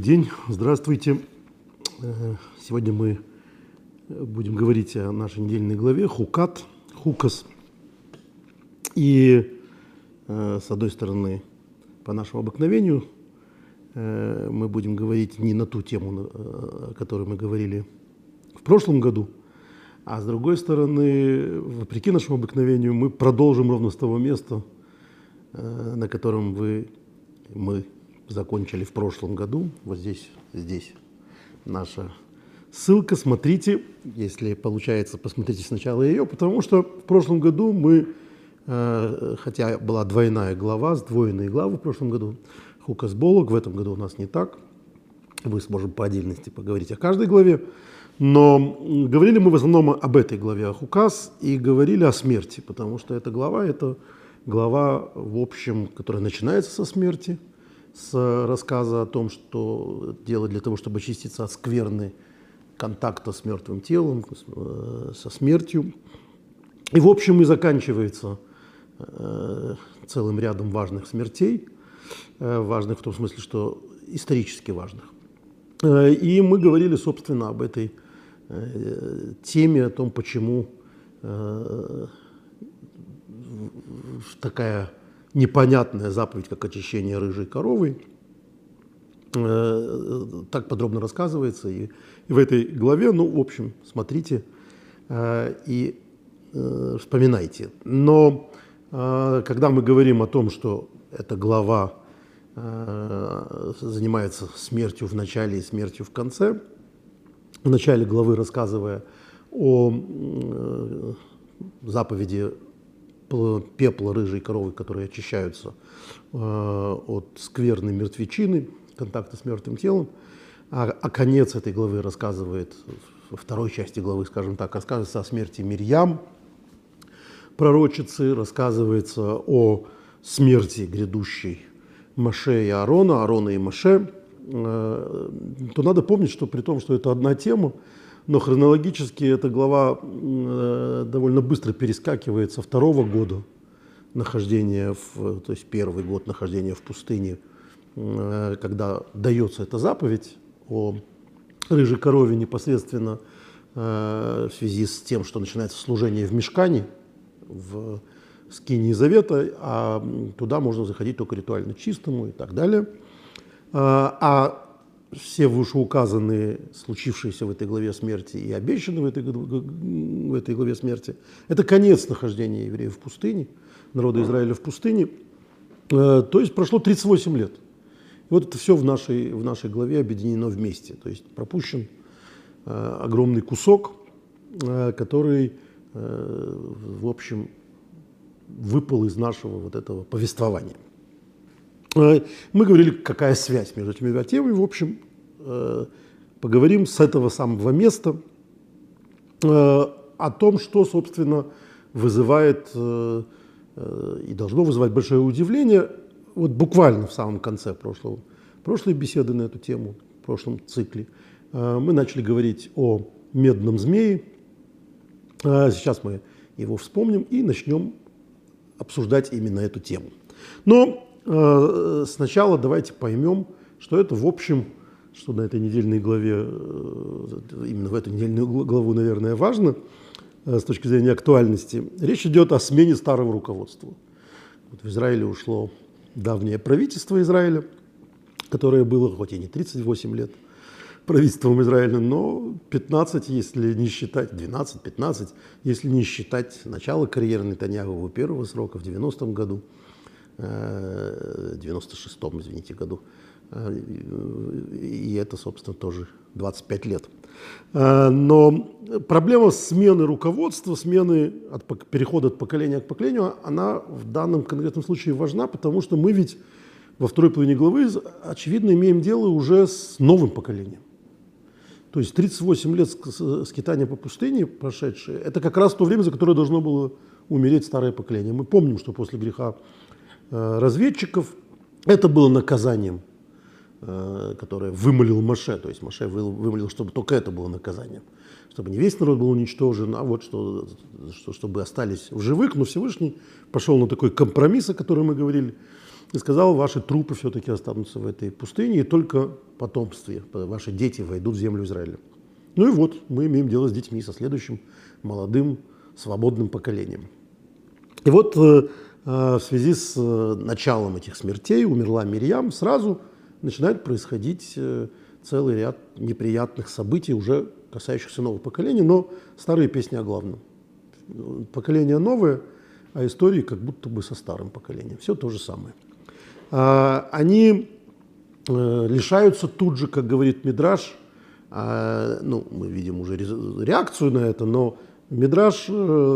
день, здравствуйте. Сегодня мы будем говорить о нашей недельной главе Хукат, Хукас. И с одной стороны, по нашему обыкновению, мы будем говорить не на ту тему, о которой мы говорили в прошлом году, а с другой стороны, вопреки нашему обыкновению, мы продолжим ровно с того места, на котором мы закончили в прошлом году. Вот здесь наша ссылка. Смотрите, если получается, посмотрите сначала ее, потому что в прошлом году мы, хотя была двойная глава, сдвоенные главы в прошлом году, Хукас Болог, в этом году у нас не так. Мы сможем по отдельности поговорить о каждой главе. Но говорили мы в основном об этой главе, о Хукас, и говорили о смерти, потому что эта глава, это глава, в общем, которая начинается со смерти, с рассказа о том, что делать для того, чтобы очиститься от скверны контакта с мертвым телом, со смертью. И, в общем, и заканчивается целым рядом важных смертей, важных в том смысле, что исторически важных. И мы говорили, собственно, об этой теме, о том, почему такая непонятная заповедь, как очищение рыжей коровы, так подробно рассказывается и в этой главе. Ну, в общем, смотрите и вспоминайте. Но когда мы говорим о том, что эта глава занимается смертью в начале и смертью в конце, в начале главы рассказывая о заповеди пепла рыжей коровы, которые очищаются от скверной мертвечины, контакта с мертвым телом. А конец этой главы рассказывает, во второй части главы, скажем так, рассказывается о смерти Мирьям, пророчицы, рассказывается о смерти грядущей Моше и Аарона и Моше. То надо помнить, что при том, что это одна тема, но хронологически эта глава довольно быстро перескакивает со второго года нахождения, то есть первый год нахождения в пустыне, когда дается эта заповедь о рыжей корове непосредственно в связи с тем, что начинается служение в Мишкане, в скинии Завета, а туда можно заходить только ритуально чистому и так далее. А все вышеуказанные, случившиеся в этой главе смерти и обещанные в этой главе смерти, это конец нахождения евреев в пустыне, народа Израиля в пустыне. То есть прошло 38 лет. И вот это все в нашей главе объединено вместе. То есть пропущен огромный кусок, который, в общем, выпал из нашего вот этого повествования. Мы говорили, какая связь между этими двумя темами. В общем, поговорим с этого самого места о том, что, собственно, вызывает и должно вызывать большое удивление. Вот буквально в самом конце прошлой беседы на эту тему, в прошлом цикле, мы начали говорить о медном змее. Сейчас мы его вспомним и начнем обсуждать именно эту тему. Но сначала давайте поймем, что это, в общем, что на этой недельной главе, именно в эту недельную главу, наверное, важно с точки зрения актуальности. Речь идет о смене старого руководства. Вот в Израиле ушло давнее правительство Израиля, которое было, хоть и не 38 лет правительством Израиля, но 15, если не считать, 12-15, если не считать начало карьеры Нетаньяху, его первого срока в 90-м году, 96-м, извините, году. И это, собственно, тоже 25 лет. Но проблема смены руководства, перехода от поколения к поколению, она в данном конкретном случае важна, потому что мы ведь во второй половине главы, очевидно, имеем дело уже с новым поколением. То есть 38 лет скитания по пустыне прошедшие, это как раз то время, за которое должно было умереть старое поколение. Мы помним, что после греха разведчиков это было наказанием, которое вымолил Моше. То есть Моше вымолил, чтобы только это было наказанием. Чтобы не весь народ был уничтожен, а вот чтобы остались в живых. Но Всевышний пошел на такой компромисс, о котором мы говорили и сказал: ваши трупы все-таки останутся в этой пустыне, и только потомстве, ваши дети войдут в землю Израиля. Ну и вот, мы имеем дело с детьми, со следующим молодым, свободным поколением. И вот в связи с началом этих смертей умерла Мирьям, сразу начинает происходить целый ряд неприятных событий, уже касающихся нового поколения, но старые песни о главном. Поколение новое, а истории как будто бы со старым поколением. Все то же самое. Они лишаются тут же, как говорит Мидраш, ну, мы видим уже реакцию на это, но Мидраш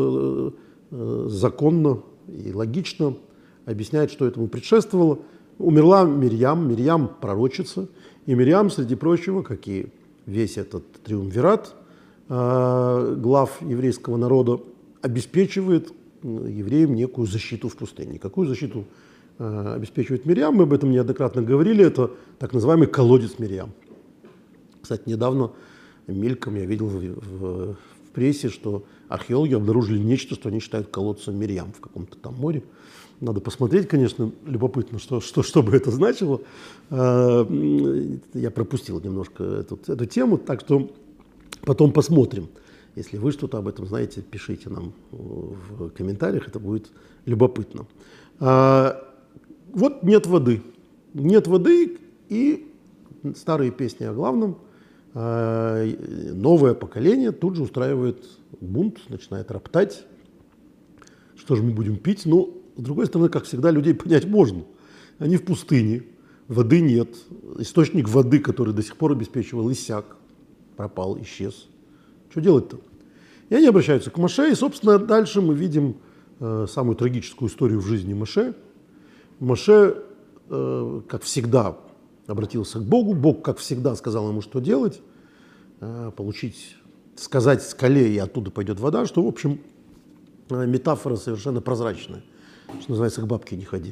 законно и логично объясняет, что этому предшествовало. Умерла Мирьям, Мирьям пророчица, и Мирьям, среди прочего, как и весь этот триумвират глав еврейского народа, обеспечивает евреям некую защиту в пустыне. Какую защиту обеспечивает Мирьям, мы об этом неоднократно говорили, это так называемый колодец Мирьям. Кстати, недавно мельком я видел в прессе, что археологи обнаружили нечто, что они считают колодцем Мирьям в каком-то там море. Надо посмотреть, конечно, любопытно, что бы это значило. Я пропустил немножко эту тему, так что потом посмотрим. Если вы что-то об этом знаете, пишите нам в комментариях, это будет любопытно. Вот нет воды. Нет воды, и старые песни о главном. Новое поколение тут же устраивает бунт, начинает роптать. Что же мы будем пить? Ну, с другой стороны, как всегда, людей понять можно. Они в пустыне, воды нет. Источник воды, который до сих пор обеспечивал, иссяк, пропал, исчез. Что делать-то? И они обращаются к Моше, и, собственно, дальше мы видим самую трагическую историю в жизни Моше. Моше, как всегда, обратился к Богу. Бог, как всегда, сказал ему, что делать. Сказать скале, и оттуда пойдет вода, что, в общем, метафора совершенно прозрачная. Что называется, к бабке не ходи.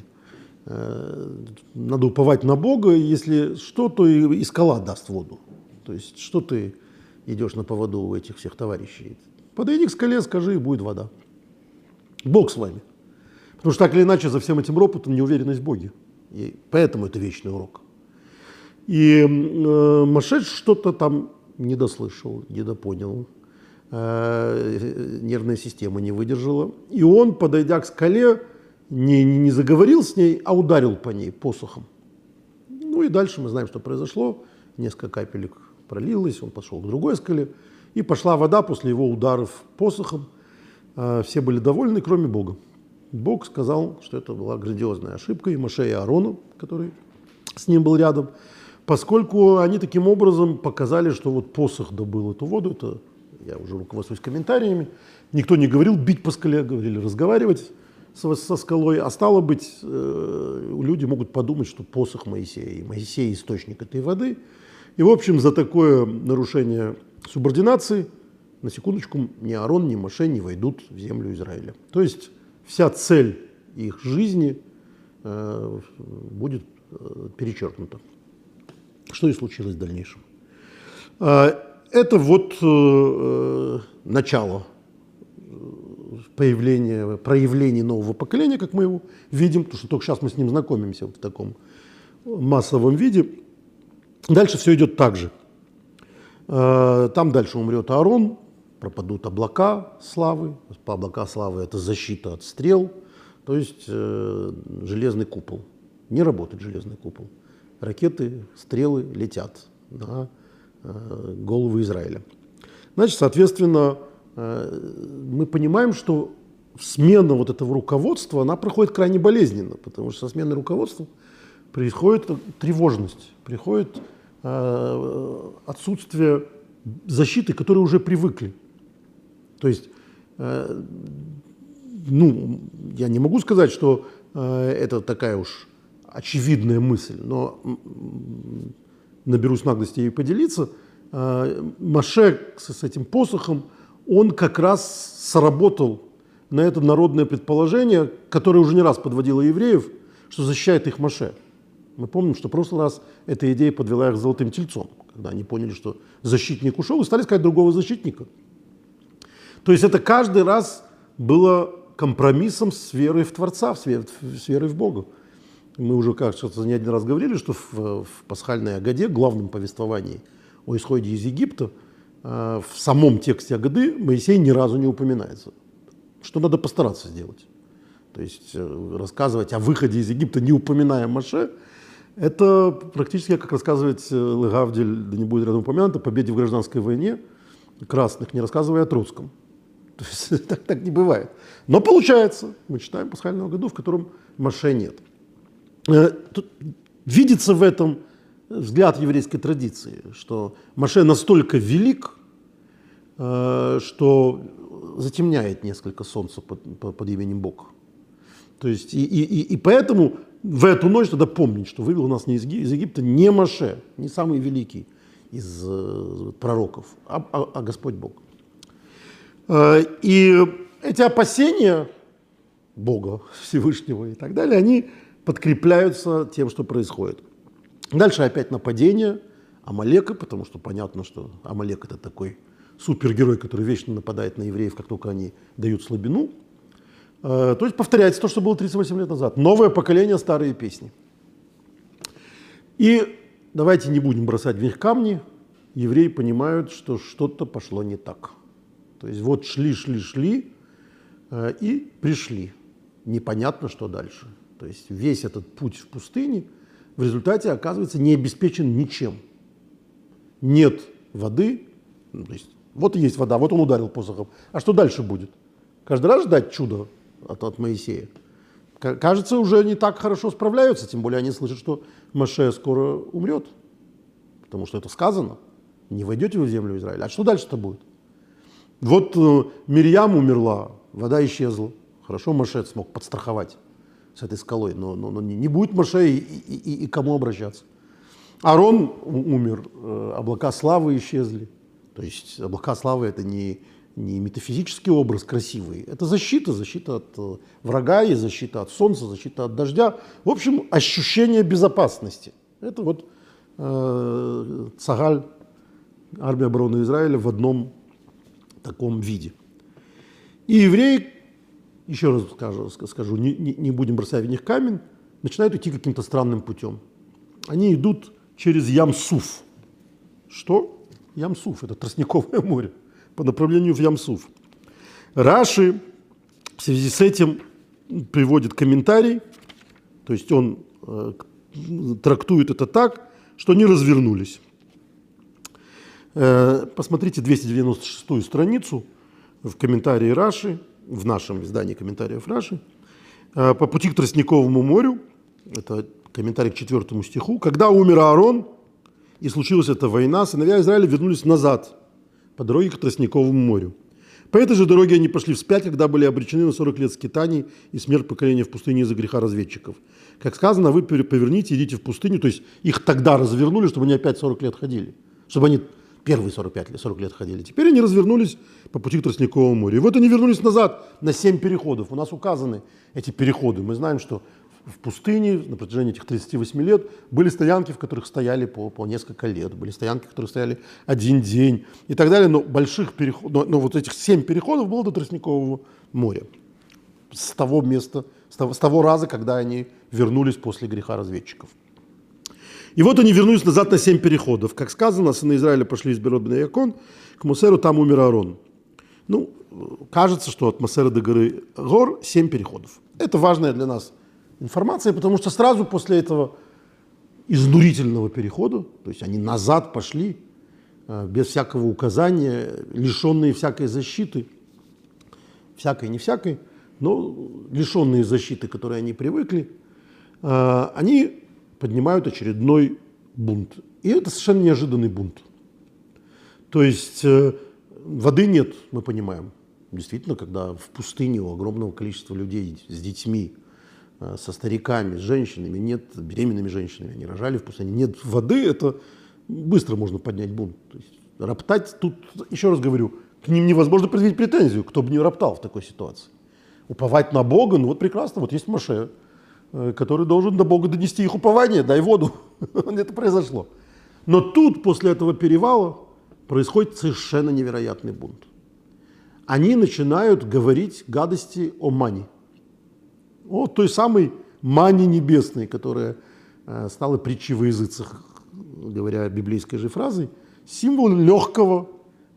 Надо уповать на Бога, если что, то и скала даст воду. То есть, что ты идешь на поводу у этих всех товарищей? Подойди к скале, скажи, и будет вода. Бог с вами. Потому что так или иначе за всем этим ропотом неуверенность в Боге. И поэтому это вечный урок. И Моше что-то там не дослышал, недопонял. Нервная система не выдержала. И он, подойдя к скале, не заговорил с ней, а ударил по ней посохом. Ну и дальше мы знаем, что произошло. Несколько капелек пролилось, он пошел к другой скале. И пошла вода после его ударов посохом. Все были довольны, кроме Бога. Бог сказал, что это была грандиозная ошибка, и Моше, и Аарону, который с ним был рядом, поскольку они таким образом показали, что вот посох добыл эту воду. Это я уже руководствуюсь комментариями. Никто не говорил бить по скале, говорили разговаривать со скалой. А стало быть, люди могут подумать, что посох Моисея, и Моисей источник этой воды. И, в общем, за такое нарушение субординации, на секундочку, ни Аарон, ни Моше не войдут в землю Израиля. То есть вся цель их жизни будет перечеркнута. Что и случилось в дальнейшем. Это вот начало проявления нового поколения, как мы его видим, потому что только сейчас мы с ним знакомимся в таком массовом виде. Дальше все идет так же. Там дальше умрет Аарон, пропадут облака славы. Облака славы – это защита от стрел, то есть железный купол. Не работает железный купол. Ракеты, стрелы летят на голову Израиля. Значит, соответственно, мы понимаем, что смена вот этого руководства, она проходит крайне болезненно, потому что со сменой руководства приходит тревожность, приходит отсутствие защиты, к которой уже привыкли. То есть, ну, я не могу сказать, что это такая уж очевидная мысль, но наберусь наглости ей поделиться. Моше с этим посохом, он как раз сработал на это народное предположение, которое уже не раз подводило евреев, что защищает их Моше. Мы помним, что в прошлый раз эта идея подвела их с золотым тельцом, когда они поняли, что защитник ушел, и стали искать другого защитника. То есть это каждый раз было компромиссом с верой в Творца, с верой в Бога. Мы уже, кажется, не один раз говорили, что в пасхальной Агаде, главном повествовании о исходе из Египта, в самом тексте Агады Моисей ни разу не упоминается, что надо постараться сделать. То есть рассказывать о выходе из Египта, не упоминая Моше, это практически как рассказывать Легавдель, да не будет рядом упомянуто, о победе в гражданской войне красных, не рассказывая о Троцком. То есть так не бывает. Но получается, мы читаем пасхальную Агаду, в котором Моше нет. Тут видится в этом взгляд еврейской традиции, что Моше настолько велик, что затемняет несколько солнца под именем Бог. То есть и поэтому в эту ночь надо помнить, что вывел нас из Египта не Моше, не самый великий из пророков, а Господь Бог. И эти опасения Бога Всевышнего и так далее, они подкрепляются тем, что происходит. Дальше опять нападение Амалека, потому что понятно, что Амалек — это такой супергерой, который вечно нападает на евреев, как только они дают слабину. То есть повторяется то, что было 38 лет назад. Новое поколение, старые песни. И давайте не будем бросать в них камни. Евреи понимают, что что-то пошло не так. То есть вот шли и пришли. Непонятно, что дальше. То есть весь этот путь в пустыне в результате оказывается не обеспечен ничем. Нет воды, то есть вот и есть вода, вот он ударил посохом. А что дальше будет? Каждый раз ждать чуда от Моисея? Кажется, уже не так хорошо справляются, тем более они слышат, что Моше скоро умрет. Потому что это сказано. Не войдете вы в землю Израиля. А что дальше-то будет? Вот Мирьям умерла, вода исчезла. Хорошо, Моше смог подстраховать с этой скалой, но не будет Моше и кому обращаться. Аарон умер, облака славы исчезли. То есть облака славы — это не метафизический образ красивый, это защита от врага и защита от солнца, защита от дождя. В общем, ощущение безопасности. Это вот Цагаль, армия обороны Израиля, в одном таком виде. И евреи, еще раз скажу, не будем бросать в них камень, начинают идти каким-то странным путем. Они идут через Ям-Суф. Что? Ям-Суф — это Тростниковое море по направлению в Ям-Суф. Раши в связи с этим приводит комментарий, то есть он трактует это так, что они развернулись. Посмотрите 296-ю страницу в комментарии Раши, в нашем издании комментариев Раши, по пути к Тростниковому морю, это комментарий к 4 стиху, когда умер Аарон, и случилась эта война, сыновья Израиля вернулись назад по дороге к Тростниковому морю. По этой же дороге они пошли вспять, когда были обречены на 40 лет скитаний и смерть поколения в пустыне из-за греха разведчиков. Как сказано, вы поверните, идите в пустыню, то есть их тогда развернули, чтобы они опять 40 лет ходили, чтобы они первые 40 лет ходили. Теперь они развернулись по пути к Тростниковому морю. И вот они вернулись назад на 7 переходов. У нас указаны эти переходы. Мы знаем, что в пустыне на протяжении этих 38 лет были стоянки, в которых стояли по несколько лет, были стоянки, в которых стояли один день и так далее. Но больших переходов, но вот этих 7 переходов было до Тростникового моря. С того места, с того раза, когда они вернулись после греха разведчиков. И вот они вернулись назад на 7 переходов. Как сказано, сыны Израиля пошли из Берот бен Якон к Мосеру, там умер Аарон. Ну, кажется, что от Мосера до горы Гор 7 переходов. Это важная для нас информация, потому что сразу после этого изнурительного перехода, то есть они назад пошли, без всякого указания, лишенные всякой защиты, всякой, не всякой, но лишенные защиты, к которой они привыкли, они поднимают очередной бунт. И это совершенно неожиданный бунт. То есть воды нет, мы понимаем. Действительно, когда в пустыне у огромного количества людей с детьми, со стариками, с женщинами, нет беременными женщинами, они рожали в пустыне, нет воды, это быстро можно поднять бунт. То есть роптать тут, еще раз говорю, к ним невозможно предъявить претензию, кто бы не роптал в такой ситуации. Уповать на Бога, ну вот прекрасно, вот есть Моше, который должен до Бога донести их упование, дай воду. Это произошло. Но тут, после этого перевала, происходит совершенно невероятный бунт. Они начинают говорить гадости о мане. О той самой мане небесной, которая стала притчей во языцах, говоря библейской же фразой, символ легкого,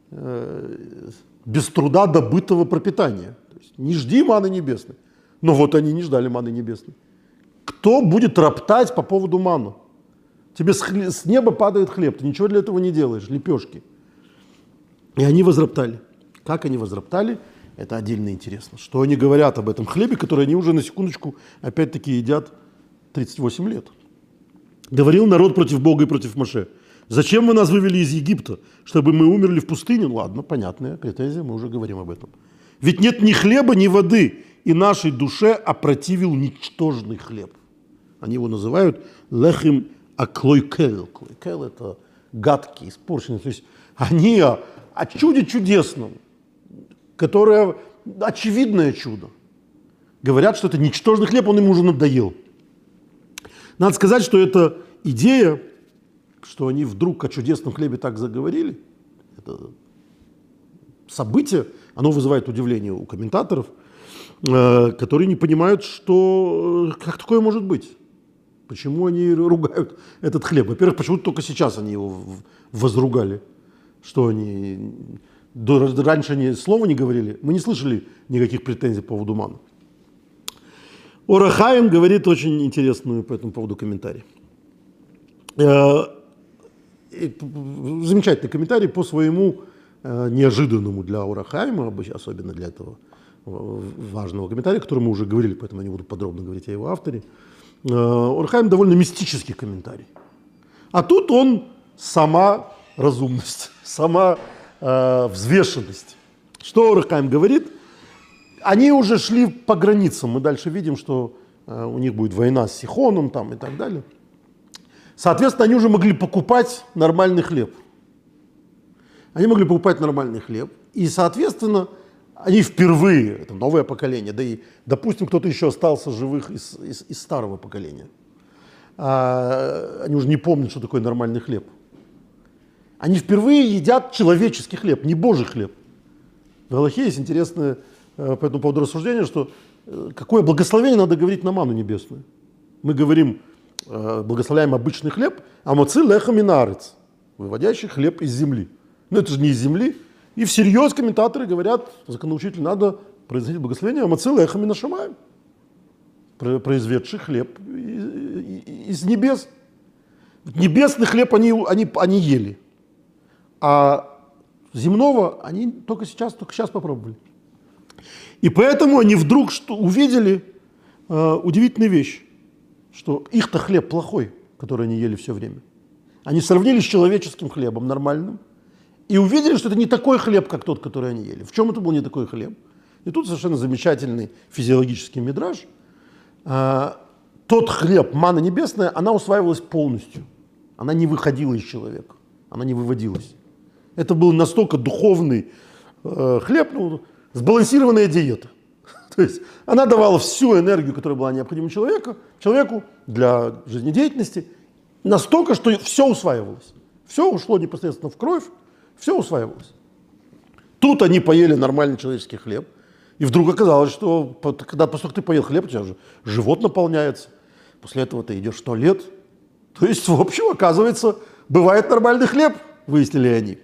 без труда добытого пропитания. То есть не жди маны небесной. Но вот они не ждали маны небесной. Кто будет роптать по поводу маны? Тебе с неба падает хлеб, ты ничего для этого не делаешь, лепешки. И они возроптали. Как они возроптали, это отдельно интересно. Что они говорят об этом хлебе, который они уже на секундочку опять-таки едят 38 лет. Говорил народ против Бога и против Моше. Зачем вы нас вывели из Египта? Чтобы мы умерли в пустыне? Ну, ладно, понятная претензия, мы уже говорим об этом. Ведь нет ни хлеба, ни воды, и нашей душе опротивил ничтожный хлеб. Они его называют лехим аклойкел. Клойкел – это гадкий, испорченный. То есть они о чуде чудесном, которое очевидное чудо. Говорят, что это ничтожный хлеб, он им уже надоел. Надо сказать, что эта идея, что они вдруг о чудесном хлебе так заговорили, это событие, оно вызывает удивление у комментаторов, которые не понимают, что как такое может быть. Почему они ругают этот хлеб? Во-первых, почему только сейчас они его возругали? Что они раньше они слова не говорили? Мы не слышали никаких претензий по поводу маны. Ор ха-Хаим говорит очень интересную по этому поводу комментарий. Замечательный комментарий по своему неожиданному для Ор ха-Хаима, особенно для этого важного комментария, о котором мы уже говорили, поэтому я не буду подробно говорить о его авторе. Ор ха-Хаим довольно мистический комментарий. А тут он сама разумность, сама взвешенность. Что Ор ха-Хаим говорит? Они уже шли по границам. Мы дальше видим, что у них будет война с Сихоном там, и так далее. Соответственно, они уже могли покупать нормальный хлеб. Они могли покупать нормальный хлеб. И, соответственно, они впервые, это новое поколение, да и, допустим, кто-то еще остался живых из старого поколения. Они уже не помнят, что такое нормальный хлеб. Они впервые едят человеческий хлеб, не Божий хлеб. В Галахе есть интересное по этому поводу рассуждение, что какое благословение надо говорить на ману небесную. Мы говорим, благословляем обычный хлеб, а моци леха мин аарец, выводящий хлеб из земли. Но это же не из земли. И всерьез комментаторы говорят, законоучитель, надо произносить благословение, а моци леха мин ашамаим, произведший хлеб из небес. Небесный хлеб они ели, а земного они только сейчас попробовали. И поэтому они вдруг увидели удивительную вещь, что их-то хлеб плохой, который они ели все время. Они сравнили с человеческим хлебом нормальным и увидели, что это не такой хлеб, как тот, который они ели. В чем это был не такой хлеб? И тут совершенно замечательный физиологический мидраж. Тот хлеб, манна небесная, она усваивалась полностью. Она не выходила из человека, она не выводилась. Это был настолько духовный хлеб, сбалансированная диета. То есть она давала всю энергию, которая была необходима человеку для жизнедеятельности, настолько, что все усваивалось. Все ушло непосредственно в кровь, все усваивалось. Тут они поели нормальный человеческий хлеб, и вдруг оказалось, что после того, как ты поел хлеб, у тебя же живот наполняется. После этого ты идешь в туалет. То есть, в общем, оказывается, бывает нормальный хлеб, выяснили они.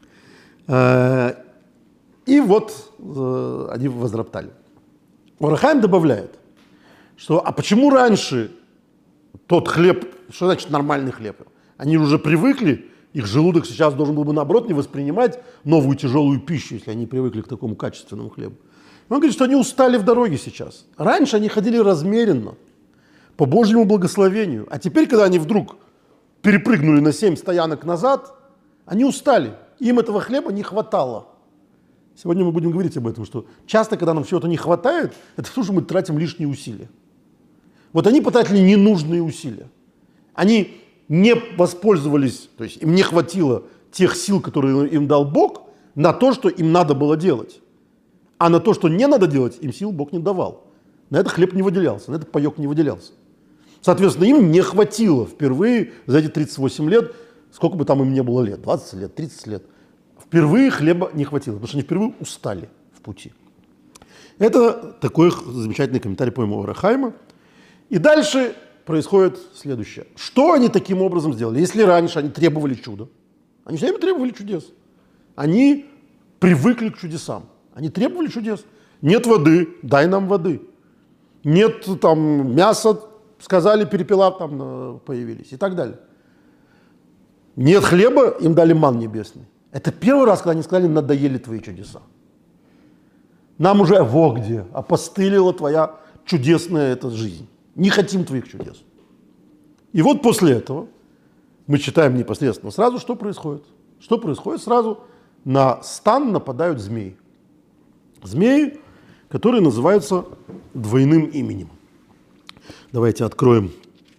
И вот они возроптали. Ор ха-Хаим добавляет, что а почему раньше тот хлеб, что значит нормальный хлеб? Они уже привыкли, их желудок сейчас должен был бы наоборот не воспринимать новую тяжелую пищу, если они привыкли к такому качественному хлебу. Он говорит, что они устали в дороге сейчас. Раньше они ходили размеренно, по Божьему благословению. А теперь, когда они вдруг перепрыгнули на 7 стоянок назад, они устали. Им этого хлеба не хватало. Сегодня мы будем говорить об этом, что часто, когда нам чего-то не хватает, это потому, что мы тратим лишние усилия. Вот они потратили ненужные усилия. Они не воспользовались, то есть им не хватило тех сил, которые им дал Бог, на то, что им надо было делать. А на то, что не надо делать, им сил Бог не давал. На это хлеб не выделялся, на это паек не выделялся. Соответственно, им не хватило впервые за эти 38 лет, сколько бы там им не было лет, 20 лет, 30 лет, впервые хлеба не хватило, потому что они впервые устали в пути. Это такой замечательный комментарий по Ор ха-Хаима. И дальше происходит следующее. Что они таким образом сделали? Если раньше они требовали чуда, они все время требовали чудес. Они привыкли к чудесам. Они требовали чудес. Нет воды, дай нам воды. Нет там мяса, сказали, перепела там появились и так далее. Нет хлеба, им дали ман небесный. Это первый раз, когда они сказали, надоели твои чудеса. Нам уже во где, опостылила твоя чудесная эта жизнь. Не хотим твоих чудес. И вот после этого мы читаем непосредственно сразу, что происходит. Что происходит? Сразу на стан нападают змеи. Змеи, которые называются двойным именем. Давайте откроем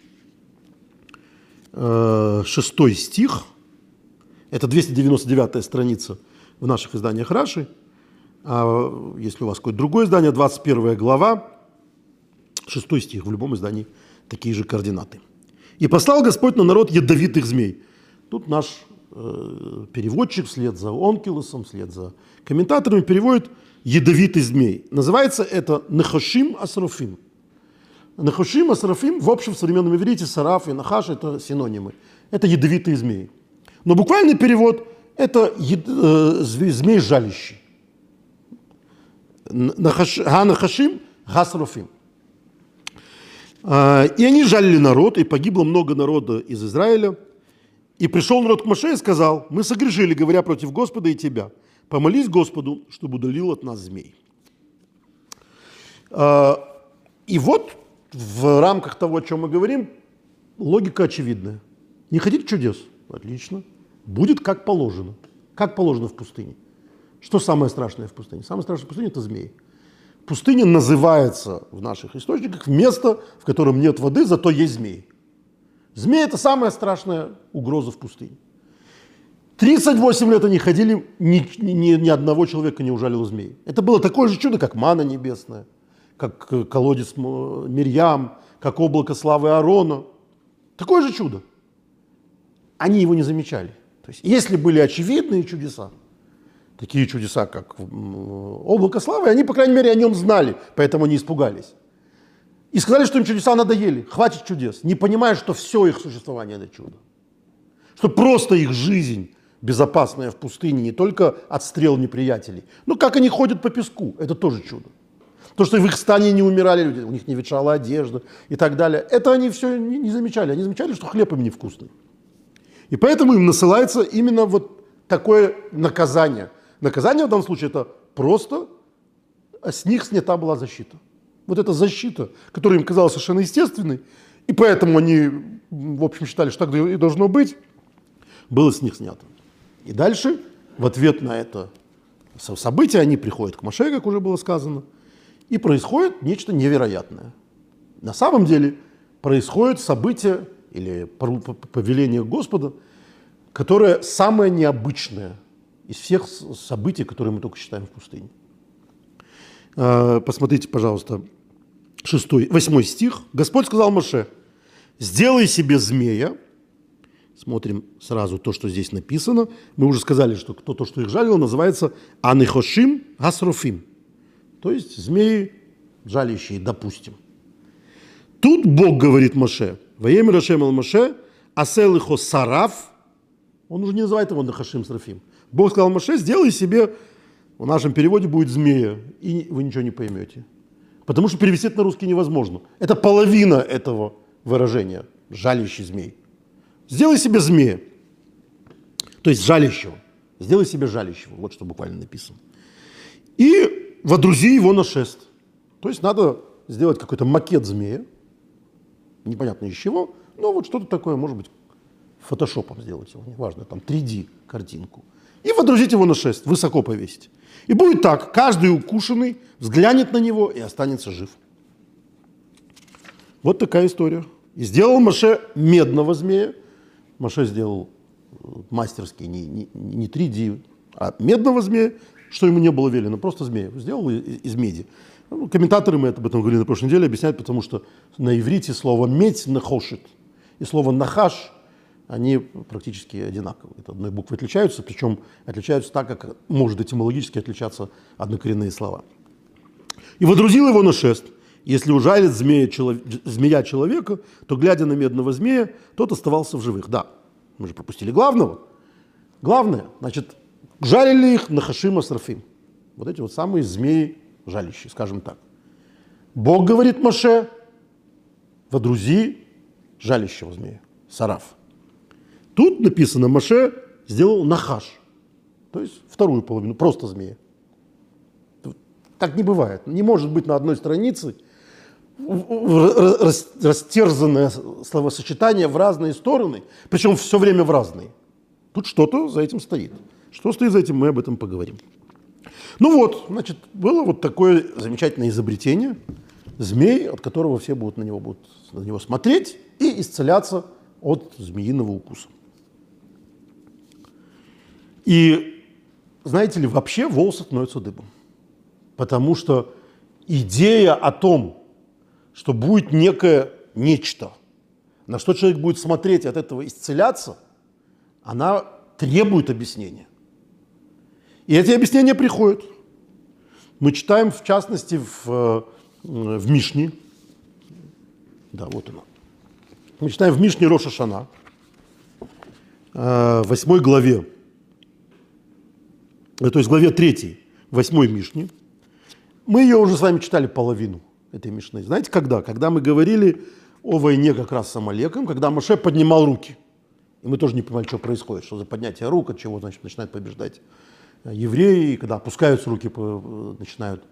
6 стих. Это 299-я страница в наших изданиях Раши. А если у вас какое-то другое издание, 21 глава, 6 стих, в любом издании такие же координаты. «И послал Господь на народ ядовитых змей». Тут наш переводчик вслед за Онкилосом, вслед за комментаторами переводит «ядовитый змей». Называется это «нехошим асрофим». Нехошим асрофим, в общем, в современном иврите сараф и нахаш – это синонимы. Это ядовитые змеи. Но буквальный перевод – это змей жалящий. Га-нахашим, га-срофим. И они жалили народ, и погибло много народа из Израиля. И пришел народ к Моше и сказал: мы согрешили, говоря против Господа и тебя. Помолись Господу, чтобы удалил от нас змей. И вот в рамках того, о чем мы говорим, логика очевидная. Не хотите чудес? Отлично. Будет как положено. Как положено в пустыне. Что самое страшное в пустыне? Самое страшное в пустыне – это змеи. Пустыня называется в наших источниках место, в котором нет воды, зато есть змеи. Змеи – это самая страшная угроза в пустыне. 38 лет они ходили, ни одного человека не ужалило змей. Это было такое же чудо, как манна небесная, как колодец Мирьям, как облако славы Аарона. Такое же чудо. Они его не замечали. То есть, если были очевидные чудеса, такие чудеса, как облако славы, они, по крайней мере, о нем знали, поэтому не испугались. И сказали, что им чудеса надоели, хватит чудес, не понимая, что все их существование – это чудо. Что просто их жизнь безопасная в пустыне, не только от стрел неприятелей, но как они ходят по песку – это тоже чудо. То, что в их стане не умирали люди, у них не ветшала одежда и так далее, это они все не замечали. Они замечали, что хлеб им невкусный. И поэтому им насылается именно вот такое наказание. Наказание в данном случае – это просто с них снята была защита. Вот эта защита, которая им казалась совершенно естественной, и поэтому они, в общем, считали, что так и должно быть, было с них снято. И дальше, в ответ на это событие, они приходят к Моше, как уже было сказано, и происходит нечто невероятное. На самом деле происходит событие или повеление Господа, которое самое необычное из всех событий, которые мы только читаем в пустыне. Посмотрите, пожалуйста, 8 стих. Господь сказал Моше: сделай себе змея. Смотрим сразу то, что здесь написано. Мы уже сказали, что то, что их жалило, называется анехошим асрофим. То есть змеи жалящие, допустим. Тут Бог говорит Моше: «Ваемер Ашем эл Моше, асел ихо сараф». Он уже не называет его нехошим сарафим. Бог сказал Моше: сделай себе, в нашем переводе будет змея, и вы ничего не поймете. Потому что перевести это на русский невозможно. Это половина этого выражения – жалящий змей. Сделай себе змея, то есть жалящего. Сделай себе жалящего, вот что буквально написано. И водрузи его на шест. То есть надо сделать какой-то макет змея, непонятно из чего, но вот что-то такое, может быть, фотошопом сделать его, неважно, там 3D картинку. И водрузить его на шест, высоко повесить. И будет так, каждый укушенный взглянет на него и останется жив. Вот такая история. И сделал Моше медного змея. Моше сделал мастерски не 3D, а медного змея, что ему не было велено, просто змея. Сделал из меди. Ну, комментаторы, мы об этом говорили на прошлой неделе, объясняют, потому что на иврите слово «медь» нахошит и слово «нахаш» они практически одинаковые. Это одной буквы отличаются, причем отличаются так, как может этимологически отличаться однокоренные слова. И водрузил его на шест, Если ужалит змея человека, то, глядя на медного змея, тот оставался в живых. Да, мы же пропустили главного. Главное, значит, жалили их Нахашим Асрафим. Вот эти вот самые змеи жалящие, скажем так. Бог говорит Моше: водрузи жалящего змея, сараф. Тут написано: Моше сделал нахаш, то есть вторую половину, просто змея. Так не бывает. Не может быть на одной странице растерзанное словосочетание в разные стороны, причем все время в разные. Тут что-то за этим стоит. Что стоит за этим, мы об этом поговорим. Ну вот, значит, было вот такое замечательное изобретение. Змей, от которого все будут на него смотреть и исцеляться от змеиного укуса. И, знаете ли, вообще волосы становятся дыбом. Потому что идея о том, что будет некое нечто, на что человек будет смотреть и от этого исцеляться, она требует объяснения. И эти объяснения приходят. Мы читаем, в частности, в Мишне. Да, вот она. Мы читаем в Мишне Рош ха-Шана, 8 главе, то есть главе 3, 8 Мишне. Мы ее уже с вами читали половину этой Мишны. Знаете, когда? Когда мы говорили о войне как раз с Амалеком, когда Моше поднимал руки. И мы тоже не понимали, что происходит, что за поднятие рук, от чего, значит, начинают побеждать евреи, когда опускаются руки, начинают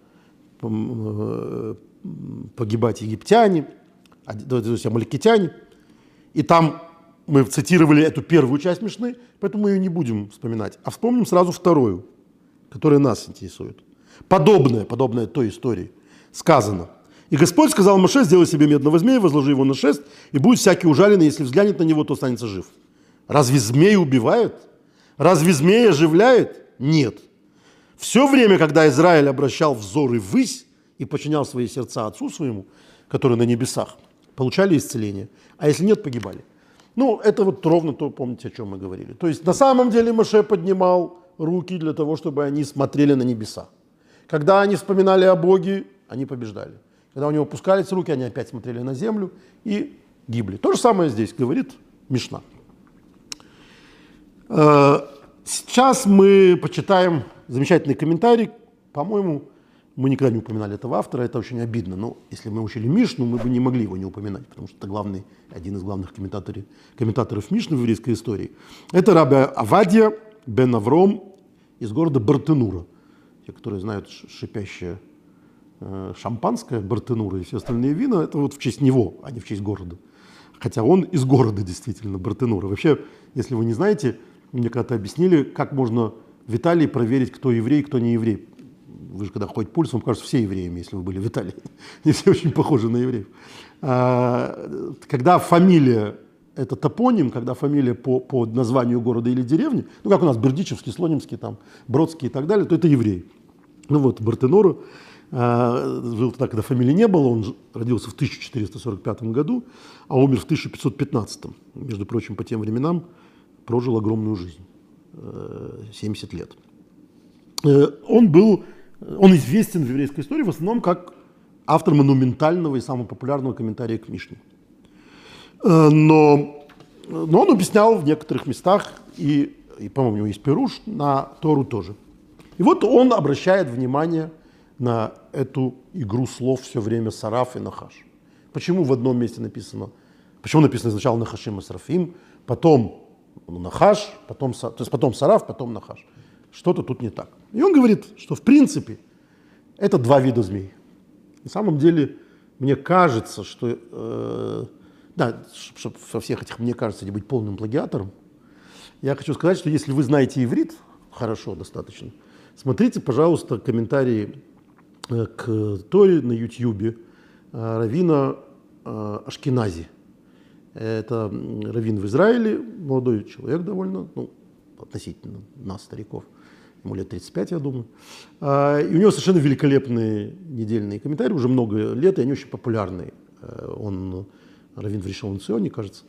погибать египтяне, то есть амалекитяне. И там мы цитировали эту первую часть Мишны, поэтому мы ее не будем вспоминать, а вспомним сразу вторую, которая нас интересует. Подобное той истории сказано: «И Господь сказал Моше: сделай себе медного змея, возложи его на шест, и будет всякий ужаленный, если взглянет на него, то останется жив». Разве змеи убивают? Разве змеи оживляют? Нет. Все время, когда Израиль обращал взоры ввысь и подчинял свои сердца Отцу своему, который на небесах, получали исцеление, а если нет, погибали. Ну, это вот ровно то, помните, о чем мы говорили. То есть на самом деле Моше поднимал руки для того, чтобы они смотрели на небеса. Когда они вспоминали о Боге, они побеждали. Когда у него опускались руки, они опять смотрели на землю и гибли. То же самое здесь говорит Мишна. Сейчас мы почитаем замечательный комментарий. По-моему, мы никогда не упоминали этого автора, это очень обидно. Но если мы учили Мишну, мы бы не могли его не упоминать, потому что это один из главных комментаторов Мишны в еврейской истории. Это раби Авадья бен Авром из города Бартенура. Те, которые знают шипящее шампанское, Бартенура и все остальные вина, это вот в честь него, а не в честь города. Хотя он из города действительно, Бартенура. Вообще, если вы не знаете, мне когда-то объяснили, как можно в Италии проверить, кто еврей, кто не еврей. Вы же когда ходите пульс, вам кажется, все евреями, если вы были в Италии. Они все очень похожи на евреев. Когда фамилия – это топоним, когда фамилия по названию города или деревни, ну как у нас Бердичевский, Слонимский, там, Бродский и так далее, то это еврей. Ну вот, Бартенура жил тогда, когда фамилии не было, он родился в 1445 году, а умер в 1515. Между прочим, по тем временам прожил огромную жизнь, 70 лет. Он известен в еврейской истории в основном как автор монументального и самого популярного комментария к Мишне. Но он объяснял в некоторых местах, и по-моему, у него есть пируш на Тору тоже. И вот он обращает внимание на эту игру слов все время сараф и нахаш. Почему в одном месте написано, почему написано сначала нахашим и сарафим, потом нахаш, потом сараф, потом нахаш. Что-то тут не так. И он говорит, что в принципе это два вида змей. На самом деле, мне кажется, что, чтобы во всех этих, мне кажется, не быть полным плагиатором, я хочу сказать, что если вы знаете иврит хорошо достаточно, смотрите, пожалуйста, комментарии к Торе на Ютьюбе раввина Ашкенази. Это раввин в Израиле, молодой человек довольно, относительно нас, стариков, ему лет 35, я думаю. И у него совершенно великолепные недельные комментарии, уже много лет, и они очень популярные. Он раввин в Ришон Ле-Ционе, кажется.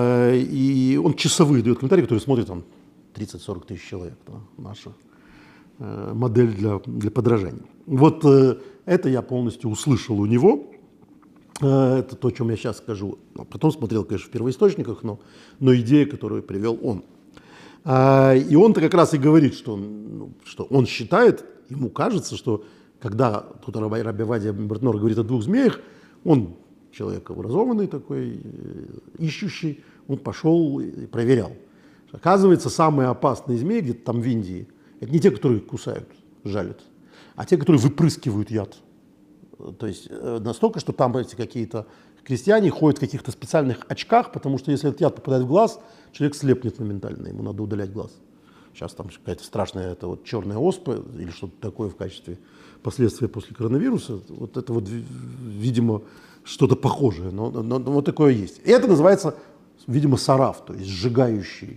И он часовые дает комментарии, которые смотрят там 30-40 тысяч человек. Да, модель для подражания. Вот это я полностью услышал у него. Это то, о чем я сейчас скажу. Потом смотрел, конечно, в первоисточниках, но идея, которую привел он. И он-то как раз и говорит, что он считает, ему кажется, что когда тут Раби Овадия Бартнор говорит о двух змеях, он человек образованный такой, ищущий, он пошел и проверял. Оказывается, самые опасные змеи где-то там в Индии, это не те, которые кусают, жалят, а те, которые выпрыскивают яд. То есть настолько, что там эти какие-то крестьяне ходят в каких-то специальных очках, потому что если этот яд попадает в глаз, человек слепнет моментально, ему надо удалять глаз. Сейчас там какая-то страшная черная оспа или что-то такое в качестве последствия после коронавируса. Вот это вот, видимо, что-то похожее, но вот такое есть. И это называется, видимо, сараф, то есть сжигающий,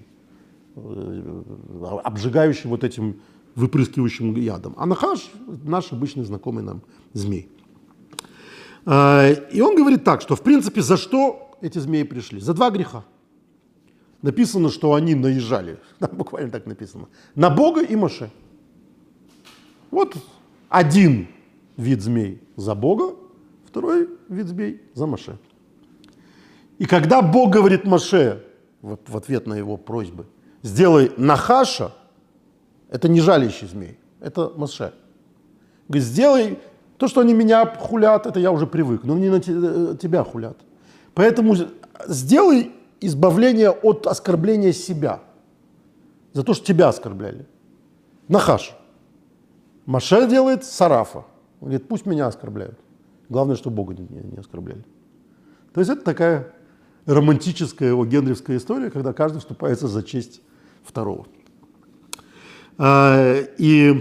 обжигающий вот этим выпрыскивающим ядом. А нахаш – наш обычный знакомый нам змей. И он говорит так, что в принципе за что эти змеи пришли? За два греха. Написано, что они наезжали, буквально так написано, на Бога и Моше. Вот один вид змей за Бога, второй вид змей за Моше. И когда Бог говорит Моше в ответ на его просьбы, сделай нахаша, это не жалящий змей, это Моше. Говорит, сделай то, что они меня хулят, это я уже привык, но они на тебя хулят. Поэтому сделай избавление от оскорбления себя за то, что тебя оскорбляли. Нахаш. Моше делает сарафа. Он говорит, пусть меня оскорбляют. Главное, что Бога не оскорбляли. То есть это такая романтическая генревская история, когда каждый вступается за честь второго. И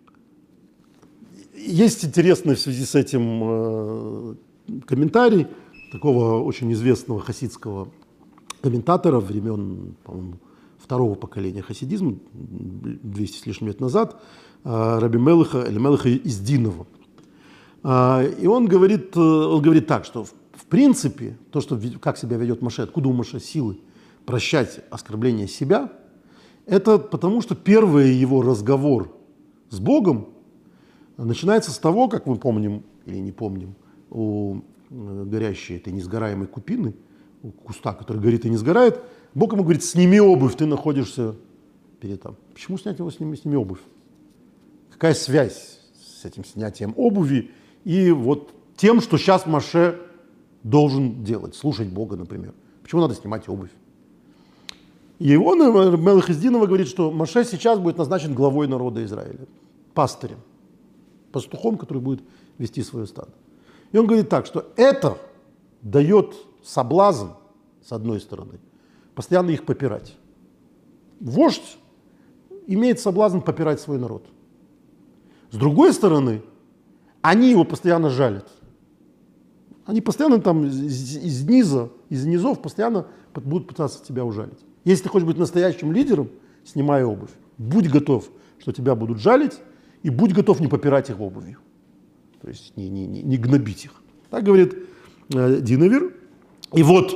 есть интересный в связи с этим комментарий такого очень известного хасидского комментатора времен, по-моему, второго поколения хасидизма, 200 с лишним лет назад, Раби Элимелеха из Динова. И он говорит так, что в принципе, то, что, как себя ведет Моше, откуда у Моше силы прощать оскорбление себя, это потому, что первый его разговор с Богом начинается с того, как мы помним или не помним, у горящей этой несгораемой купины, у куста, который горит и не сгорает, Бог ему говорит, сними обувь, ты находишься перед там. Почему снять его, сними обувь? Какая связь с этим снятием обуви и вот тем, что сейчас Моше должен делать, слушать Бога, например? Почему надо снимать обувь? И он, Мелех из Динова, говорит, что Моше сейчас будет назначен главой народа Израиля, пастырем, пастухом, который будет вести свое стадо. И он говорит так, что это дает соблазн, с одной стороны, постоянно их попирать. Вождь имеет соблазн попирать свой народ. С другой стороны, они его постоянно жалят. Они постоянно там из низов постоянно будут пытаться тебя ужалить. Если ты хочешь быть настоящим лидером, снимай обувь. Будь готов, что тебя будут жалить, и будь готов не попирать их обувью. То есть не гнобить их. Так говорит Диновир. И вот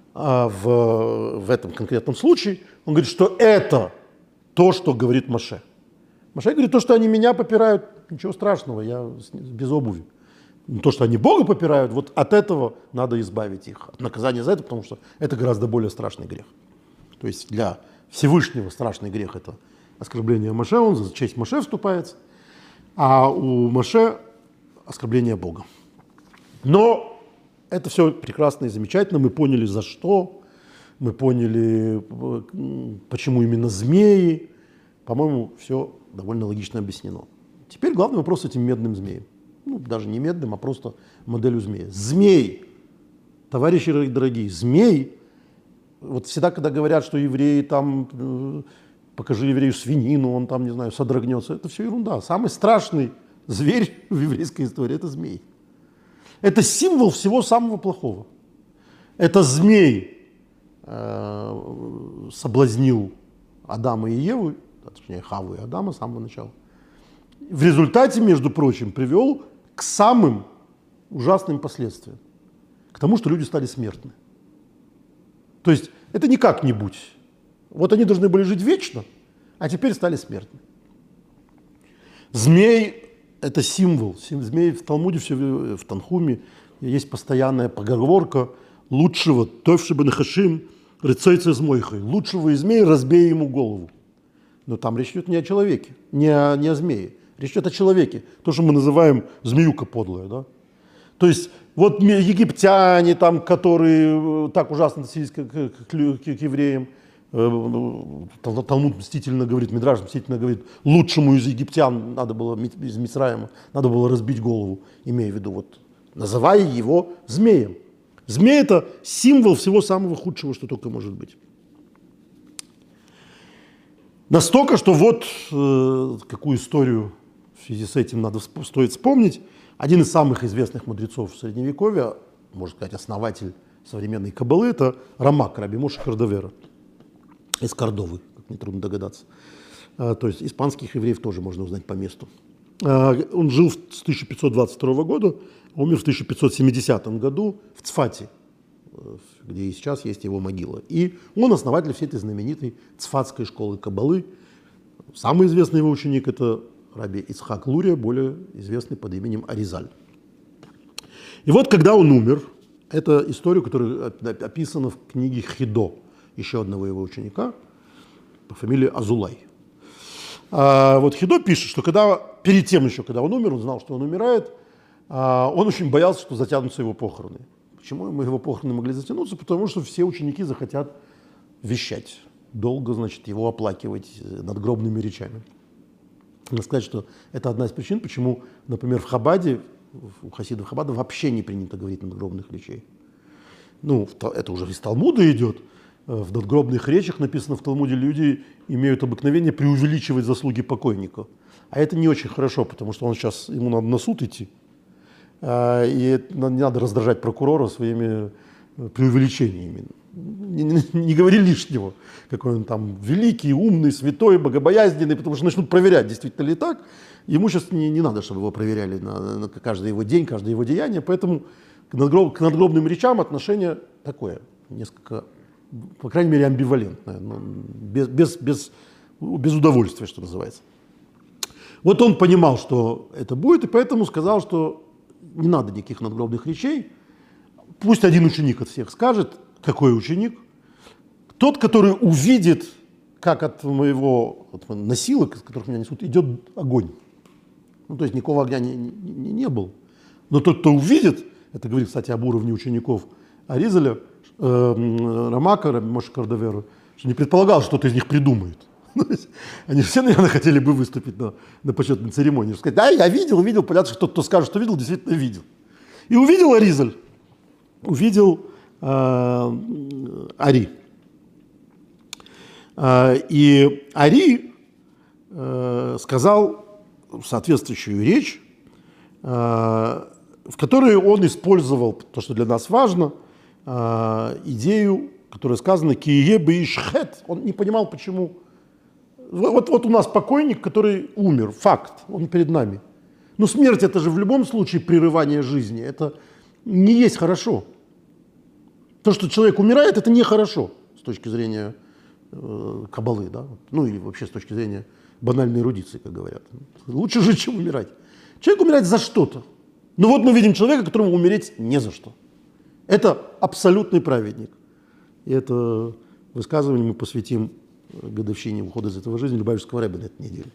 в этом конкретном случае он говорит, что это то, что говорит Моше. Моше говорит, то, что они меня попирают, ничего страшного, я без обуви. Но то, что они Бога попирают, вот от этого надо избавить их, от наказания за это, потому что это гораздо более страшный грех. То есть для Всевышнего страшный грех – это оскорбление Моше, он за честь Моше вступается, а у Моше оскорбление Бога. Но это все прекрасно и замечательно, мы поняли, за что, мы поняли, почему именно змеи. По-моему, все довольно логично объяснено. Теперь главный вопрос с этим медным змеем. Ну, даже не медным, а просто моделью змея. Змей, товарищи дорогие, змей, вот всегда, когда говорят, что евреи там, покажи еврею свинину, он там, не знаю, содрогнется, это все ерунда. Самый страшный зверь в еврейской истории – это змей. Это символ всего самого плохого. Это змей соблазнил Адама и Еву, точнее Хаву и Адама с самого начала. В результате, между прочим, привел к самым ужасным последствиям. К тому, что люди стали смертны. То есть это не как-нибудь. Вот они должны были жить вечно, а теперь стали смертны. Змей – это символ. Змей в Талмуде, в Танхуме есть постоянная поговорка лучшего, тойвши бен хашим, рыцойца с мойхой. Лучшего из змей разбей ему голову. Но там речь идет не о человеке, не о змее. Речь идет о человеке. То, что мы называем змеюка подлая. Да? То есть вот египтяне, там, которые так ужасно относились к евреям, Талмуд мстительно говорит, Мидраш мстительно говорит, лучшему из египтян надо было, из Мицраима, надо было разбить голову, имея в виду, вот, называя его змеем. Змей – это символ всего самого худшего, что только может быть. Настолько, что вот какую историю в связи с этим стоит вспомнить. Один из самых известных мудрецов Средневековья, можно сказать, основатель современной каббалы, это Рамак, Раби Моше Кардавера. Из Кордовы, как нетрудно догадаться. То есть испанских евреев тоже можно узнать по месту. Он жил с 1522 года, умер в 1570 году в Цфате, где и сейчас есть его могила. И он основатель всей этой знаменитой цфатской школы каббалы. Самый известный его ученик – это Раби Ицхак Лурия, более известный под именем Аризаль. И вот когда он умер, это история, которая описана в книге Хидо, еще одного его ученика по фамилии Азулай. Вот Хидо пишет, что перед тем еще, когда он умер, он знал, что он умирает, он очень боялся, что затянутся его похороны. Почему его похороны могли затянуться? Потому что все ученики захотят вещать, долго, значит, его оплакивать надгробными речами. Надо сказать, что это одна из причин, почему, например, в Хабаде, у хасидов Хабада вообще не принято говорить надгробных речей. Ну, это уже из Талмуда идет. В надгробных речах написано в Талмуде, люди имеют обыкновение преувеличивать заслуги покойника. А это не очень хорошо, потому что ему надо на суд идти. И не надо раздражать прокурора своими преувеличениями. Не говори лишнего, какой он там великий, умный, святой, богобоязненный, потому что начнут проверять, действительно ли так. Ему сейчас не надо, чтобы его проверяли на каждый его день, каждое его деяние. Поэтому к надгробным речам отношение такое, несколько, по крайней мере, амбивалентное, без удовольствия, что называется. Вот он понимал, что это будет, и поэтому сказал, что не надо никаких надгробных речей. Пусть один ученик от всех скажет. Какой ученик? Тот, который увидит, как от моего носилок, из которых меня несут, идет огонь. Ну, то есть никакого огня не было. Но тот, кто увидит, это говорит, кстати, об уровне учеников Аризаля, Рамака, Раби Моше Кардавера, что не предполагал, что кто-то из них придумает. Они все, наверное, хотели бы выступить на почетной церемонии. Сказать, да, я видел, понятно, что тот, кто скажет, что видел, действительно видел. И увидел Аризаль, увидел Ари. И Ари сказал соответствующую речь, в которой он использовал то, что для нас важно, идею, которая сказана «кие бейшхет». Он не понимал, почему. Вот у нас покойник, который умер, факт, он перед нами. Но смерть – это же в любом случае прерывание жизни, это не есть хорошо. То, что человек умирает, это нехорошо с точки зрения каббалы, да? Ну или вообще с точки зрения банальной эрудиции, как говорят. Лучше жить, чем умирать. Человек умирает за что-то. Но вот мы видим человека, которому умереть не за что. Это абсолютный праведник. И это высказывание мы посвятим годовщине ухода из этого жизни Любавичского рэба на этой неделе.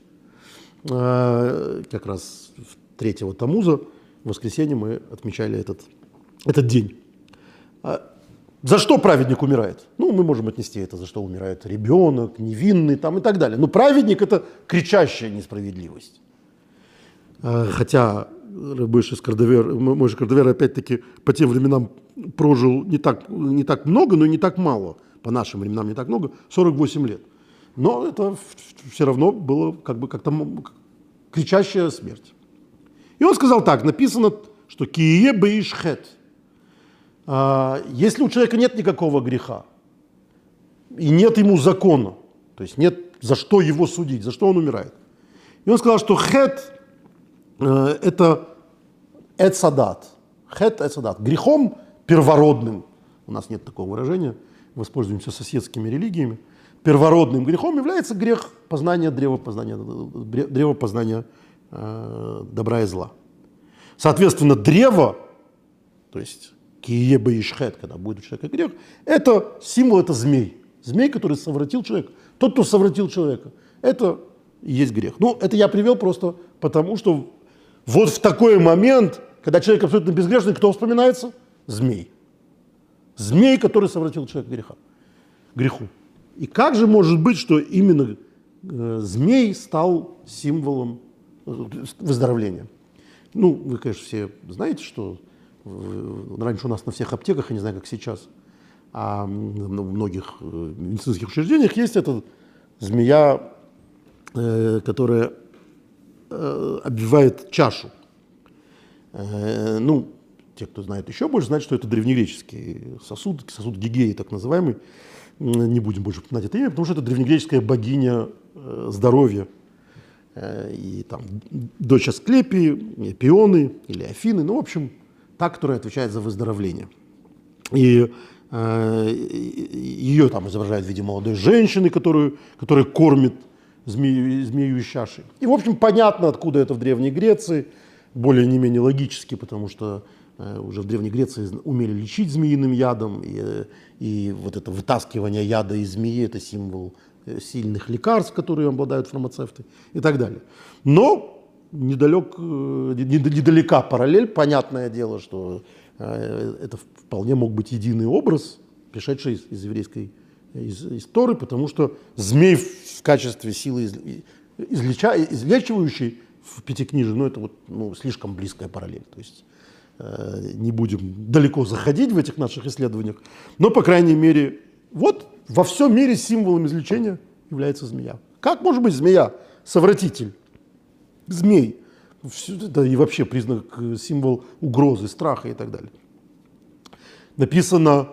Как раз 3-го Тамуза, в воскресенье, мы отмечали этот день. За что праведник умирает? Ну, мы можем отнести это, за что умирает ребенок, невинный там, и так далее. Но праведник – это кричащая несправедливость. Хотя Моше Кардавер, опять-таки, по тем временам прожил не так много, но и не так мало. По нашим временам не так много, 48 лет. Но это все равно было как-то кричащая смерть. И он сказал так, написано, что «кие бейшхет». Если у человека нет никакого греха, и нет ему закона, то есть нет за что его судить, за что он умирает. И он сказал, что хет – это эцадат. Хет – эцадат. Грехом первородным, у нас нет такого выражения, воспользуемся соседскими религиями, первородным грехом является грех познания древа познания добра и зла. Соответственно, древо, то есть киеба и шхет, когда будет у человека грех, это символ, это змей. Змей, который совратил человека. Тот, кто совратил человека, это и есть грех. Ну, это я привел просто потому, что вот в такой момент, когда человек абсолютно безгрешный, кто вспоминается? Змей. Змей, который совратил человека греху. И как же может быть, что именно змей стал символом выздоровления? Ну, вы, конечно, все знаете, что раньше у нас на всех аптеках, я не знаю, как сейчас, а в многих медицинских учреждениях есть эта змея, которая обвивает чашу. Ну, те, кто знает еще больше, знают, что это древнегреческий сосуд Гигеи, так называемый. Не будем больше упоминать это имя, потому что это древнегреческая богиня здоровья. И там дочь Асклепии, Пионы или Афины, ну, в общем, та, которая отвечает за выздоровление. И ее там изображают в виде молодой женщины, которая кормит змею из чаши. И, в общем, понятно, откуда это в Древней Греции, более не менее логически, потому что уже в Древней Греции умели лечить змеиным ядом, и вот это вытаскивание яда из змеи – это символ сильных лекарств, которые обладают фармацевты и так далее. Но недалека параллель, понятное дело, что это вполне мог быть единый образ, пришедший из еврейской из Торы, потому что змей в качестве силы излечивающей в Пятикнижии, ну это вот, слишком близкая параллель. То есть не будем далеко заходить в этих наших исследованиях, но, по крайней мере, вот во всем мире символом излечения является змея. Как может быть змея совратитель? Змей. Это и вообще признак, символ угрозы, страха и так далее. Написано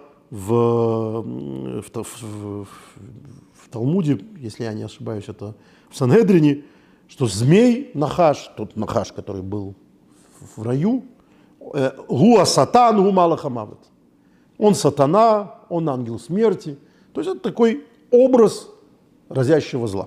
в Талмуде, если я не ошибаюсь, это в Сангедрине, что змей Нахаш, тот Нахаш, который был в раю, гуа сатан, гу малахамавет. Он сатана, он ангел смерти. То есть это такой образ разящего зла.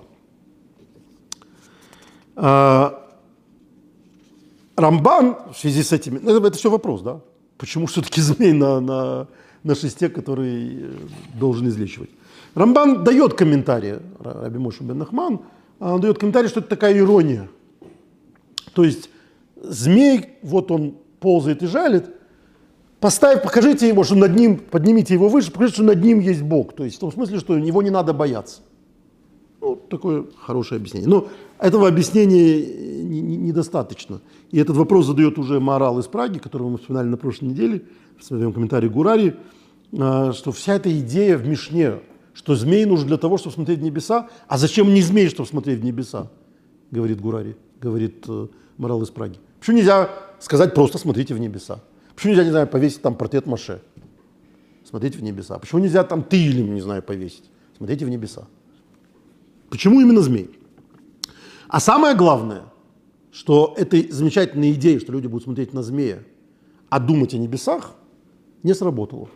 Рамбан в связи с этими, это все вопрос, да? Почему все-таки змей на шесте, который должен излечивать? Рамбан дает комментарий, Раби Моше бен Нахман, он дает комментарий, что это такая ирония. То есть змей, вот он ползает и жалит, покажите его, что над ним, поднимите его выше, покажите, что над ним есть Бог. То есть в том смысле, что его не надо бояться. Ну, такое хорошее объяснение. Но этого объяснения недостаточно. И этот вопрос задает уже Маорал из Праги, которого мы вспоминали на прошлой неделе, в своем комментарии Гурари, что вся эта идея в Мишне, что змей нужен для того, чтобы смотреть в небеса. А зачем не змей, чтобы смотреть в небеса, говорит Гурари, говорит Маорал из Праги. Почему нельзя сказать просто смотрите в небеса? Почему нельзя, не знаю, повесить там портрет Моше? Смотрите в небеса. Почему нельзя там Теилим, не знаю, повесить? Смотрите в небеса. Почему именно змей? А самое главное, что этой замечательной идеей, что люди будут смотреть на змея, а думать о небесах, не сработало.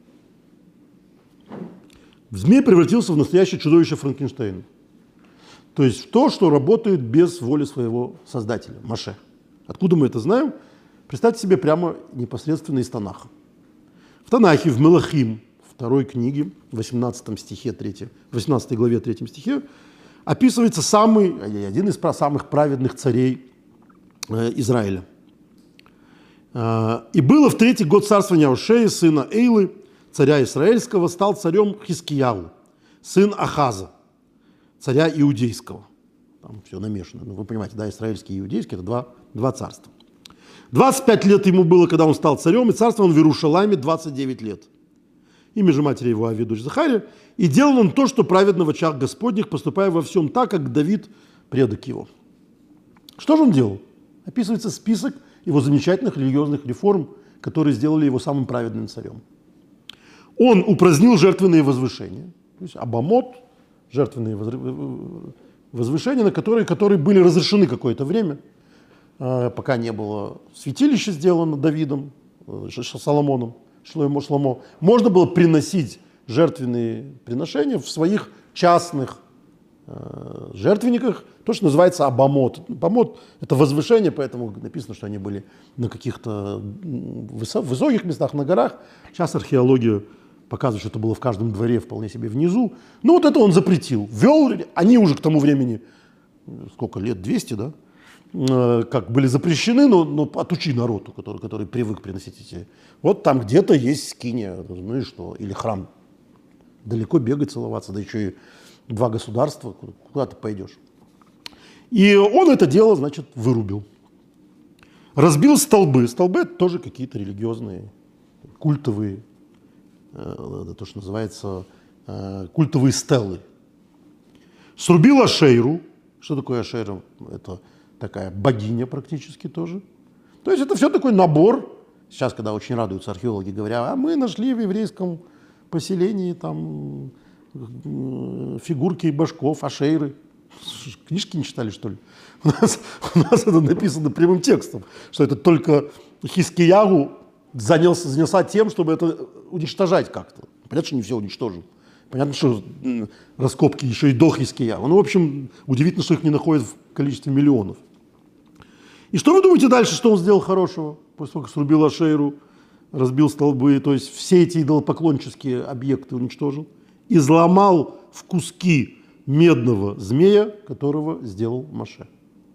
Змей превратился в настоящее чудовище Франкенштейна. То есть в то, что работает без воли своего создателя, Моше. Откуда мы это знаем? Представьте себе прямо непосредственно из Танаха. В Танахе, в Мелахим, второй книге, 18 главе 3 стихе, описывается один из самых праведных царей Израиля. «И было в 3-й год царствования Ошея, сына Эйлы, царя Израильского, стал царем Хискияу, сын Ахаза, царя Иудейского». Там все намешано. Ну, вы понимаете, да, израильский и иудейский – это два царства. 25 лет ему было, когда он стал царем, и царствовал он в Иерушалайме 29 лет. Имя же матери его Ави, дочь Захария. И делал он то, что праведно в очах Господних, поступая во всем так, как Давид, предок его. Что же он делал? Описывается список его замечательных религиозных реформ, которые сделали его самым праведным царем. Он упразднил жертвенные возвышения, то есть абамот, жертвенные возвышения, которые были разрешены какое-то время, пока не было святилища сделано Давидом, Соломоном, Шломо. Можно было приносить жертвенные приношения в своих частных жертвенниках, то, что называется абамот. Абамот – это возвышение, поэтому написано, что они были на каких-то высоких местах, на горах. Сейчас археология показывает, что это было в каждом дворе вполне себе внизу. Ну вот это он запретил. Вел, они уже к тому времени, сколько лет, 200, да? Как были запрещены, но отучи народ, который привык приносить эти. Вот там где-то есть скиния, ну и что, или храм. Далеко бегать, целоваться, да еще и два государства, куда ты пойдешь. И он это дело, значит, вырубил. Разбил столбы. Столбы – это тоже какие-то религиозные, культовые, то, что называется, культовые стелы. Срубил Ашейру. Что такое Ашейра? Это такая богиня практически тоже. То есть это все такой набор. Сейчас, когда очень радуются археологи, говоря, а мы нашли в еврейском поселении там фигурки башков, Ашейры. Книжки не читали, что ли? У нас это написано прямым текстом, что это только Хискиягу занялся тем, чтобы это уничтожать как-то. Понятно, что не все уничтожил. Понятно, что раскопки еще и до Хискиягу. Ну, в общем, удивительно, что их не находят в количестве миллионов. И что вы думаете дальше, что он сделал хорошего? После того, как срубил Ашейру, разбил столбы, то есть все эти идолопоклонческие объекты уничтожил, изломал в куски медного змея, которого сделал Моше.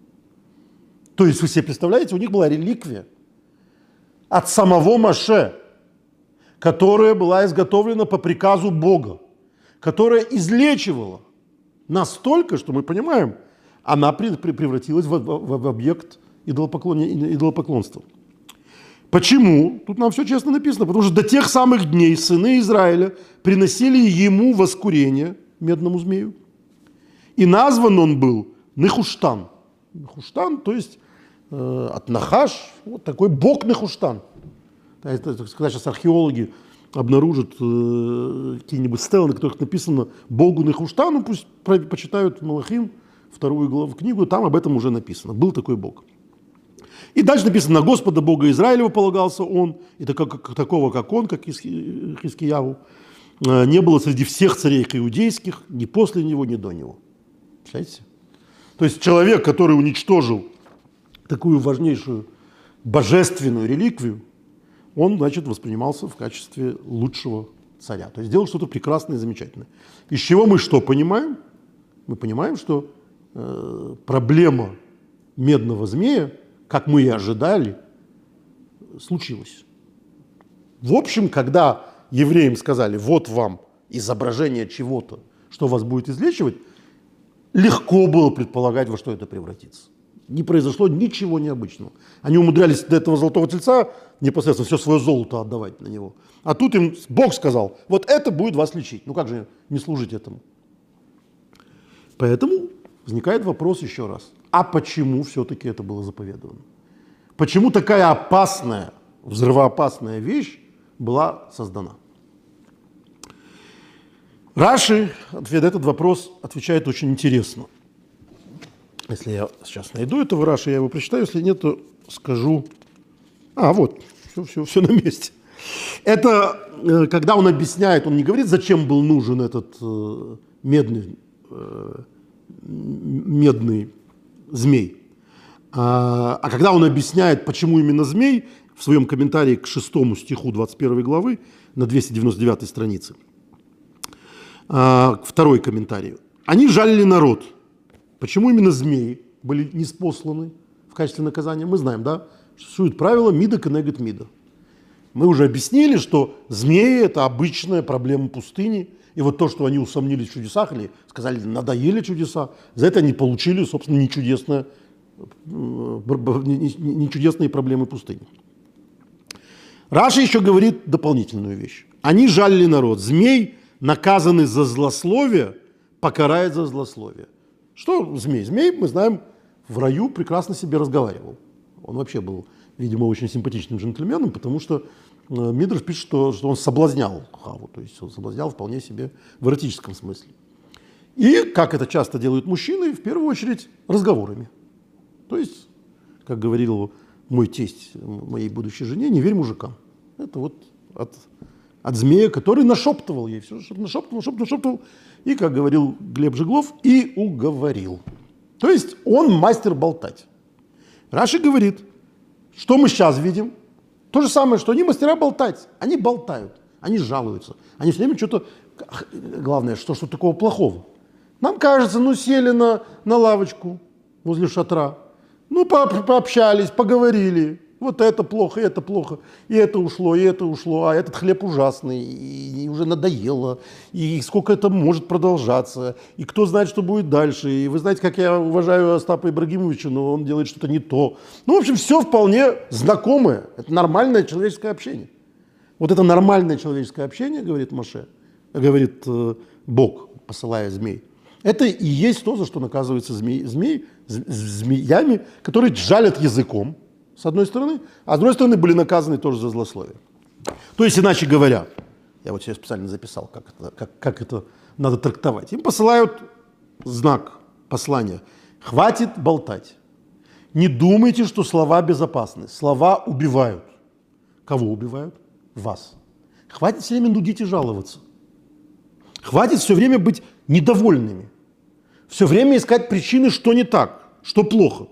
То есть вы себе представляете, у них была реликвия от самого Моше, которая была изготовлена по приказу Бога, которая излечивала настолько, что мы понимаем, она превратилась в объект идолопоклонства. Почему? Тут нам все честно написано. Потому что до тех самых дней сыны Израиля приносили ему воскурение, медному змею. И назван он был Нехуштан. Нехуштан, то есть от Нахаш, вот такой бог Нехуштан. Когда сейчас археологи обнаружат какие-нибудь стелы, на которых написано Богу Нехуштану, пусть почитают Малахим, 2 главу книгу, там об этом уже написано. Был такой бог. И дальше написано, на Господа Бога Израилева полагался он, и такого, как он, как Хискиягу, не было среди всех царей иудейских, ни после него, ни до него. Представляете? То есть человек, который уничтожил такую важнейшую божественную реликвию, он, значит, воспринимался в качестве лучшего царя. То есть сделал что-то прекрасное и замечательное. Из чего мы что понимаем? Мы понимаем, что проблема медного змея, как мы и ожидали, случилась. В общем, когда евреям сказали, вот вам изображение чего-то, что вас будет излечивать, легко было предполагать, во что это превратится. Не произошло ничего необычного. Они умудрялись до этого золотого тельца непосредственно все свое золото отдавать на него. А тут им Бог сказал, вот это будет вас лечить. Ну как же не служить этому? Поэтому возникает вопрос еще раз. А почему все-таки это было заповедовано? Почему такая опасная, взрывоопасная вещь была создана? Раши ответ на этот вопрос отвечает очень интересно. Если я сейчас найду этого Раши, я его прочитаю. Если нет, то скажу. Вот, все на месте. Это когда он объясняет, он не говорит, зачем был нужен этот медный змей. А когда он объясняет, почему именно змей, в своем комментарии к 6 стиху 21 главы на 299 странице, второй комментарий. Они жалили народ. Почему именно змеи были ниспосланы в качестве наказания? Мы знаем, да? Существует правило мида кенегет мида. Мы уже объяснили, что змеи – это обычная проблема пустыни. И вот то, что они усомнились в чудесах или сказали, надоели чудеса, за это они получили, собственно, не чудесные проблемы пустыни. Раши еще говорит дополнительную вещь. Они жалили народ. Змей, наказанный за злословие, покарает за злословие. Что змей? Змей, мы знаем, в раю прекрасно себе разговаривал. Он вообще был, видимо, очень симпатичным джентльменом, потому что Мидраш пишет, что он соблазнял Хаву, то есть он соблазнял вполне себе в эротическом смысле. И, как это часто делают мужчины, в первую очередь разговорами. То есть, как говорил мой тесть моей будущей жене, не верь мужикам. Это вот от змея, который нашептывал ей, все, нашептывал. и, как говорил Глеб Жиглов, и уговорил. То есть он мастер болтать. Раши говорит, что мы сейчас видим? То же самое, что они мастера болтать. Они болтают, они жалуются. Они все время что-то... Главное, что такого плохого? Нам кажется, ну сели на лавочку возле шатра, ну пообщались, поговорили. Вот это плохо, и это ушло, а этот хлеб ужасный, и уже надоело, и сколько это может продолжаться, и кто знает, что будет дальше. И вы знаете, как я уважаю Остапа Ибрагимовича, но он делает что-то не то. Ну, в общем, все вполне знакомое, это нормальное человеческое общение. Вот это нормальное человеческое общение, говорит Моше, говорит Бог, посылая змей, это и есть то, за что наказываются змеями, которые жалят языком, с одной стороны, а с другой стороны были наказаны тоже за злословие. То есть, иначе говоря, я вот себе специально записал, как это надо трактовать. Им посылают знак, послание. Хватит болтать. Не думайте, что слова безопасны. Слова убивают. Кого убивают? Вас. Хватит все время нудить и жаловаться. Хватит все время быть недовольными. Все время искать причины, что не так, что плохо.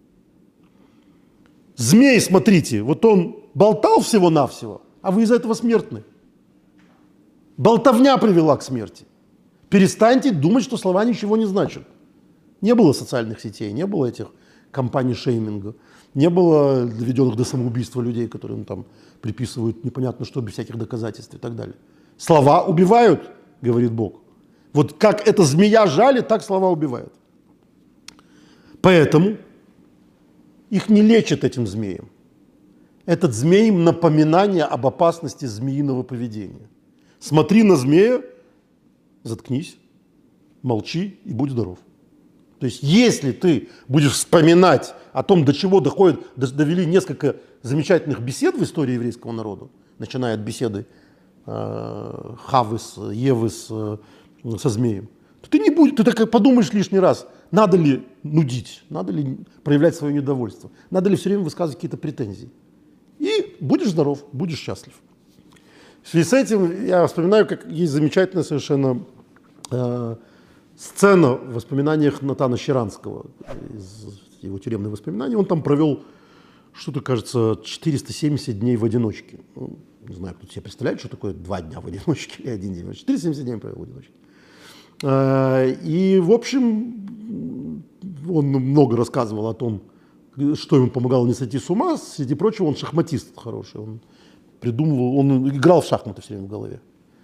Змей, смотрите, вот он болтал всего-навсего, а вы из-за этого смертны. Болтовня привела к смерти. Перестаньте думать, что слова ничего не значат. Не было социальных сетей, не было этих кампаний шейминга, не было доведенных до самоубийства людей, которым там приписывают непонятно что, без всяких доказательств и так далее. Слова убивают, говорит Бог. Вот как эта змея жалит, так слова убивают. Поэтому их не лечат этим змеем. Этот змей – напоминание об опасности змеиного поведения. Смотри на змея, заткнись, молчи и будь здоров. То есть если ты будешь вспоминать о том, до чего довели несколько замечательных бесед в истории еврейского народа, начиная от беседы Хавы с Евы со змеем, то ты не будешь, ты так подумаешь лишний раз, надо ли нудить, надо ли проявлять свое недовольство, надо ли все время высказывать какие-то претензии. И будешь здоров, будешь счастлив. В связи с этим я вспоминаю, как есть замечательная совершенно сцена в воспоминаниях Натана Щеранского, из его тюремных воспоминаний. Он там провел что-то, кажется, 470 дней в одиночке. Ну, не знаю, кто себе представляет, что такое 2 дня в одиночке или 1 день. 470 дней провел в одиночке. И, в общем, он много рассказывал о том, что ему помогало не сойти с ума. Среди прочего, он шахматист хороший. Он придумывал, он играл в шахматы все время в голове.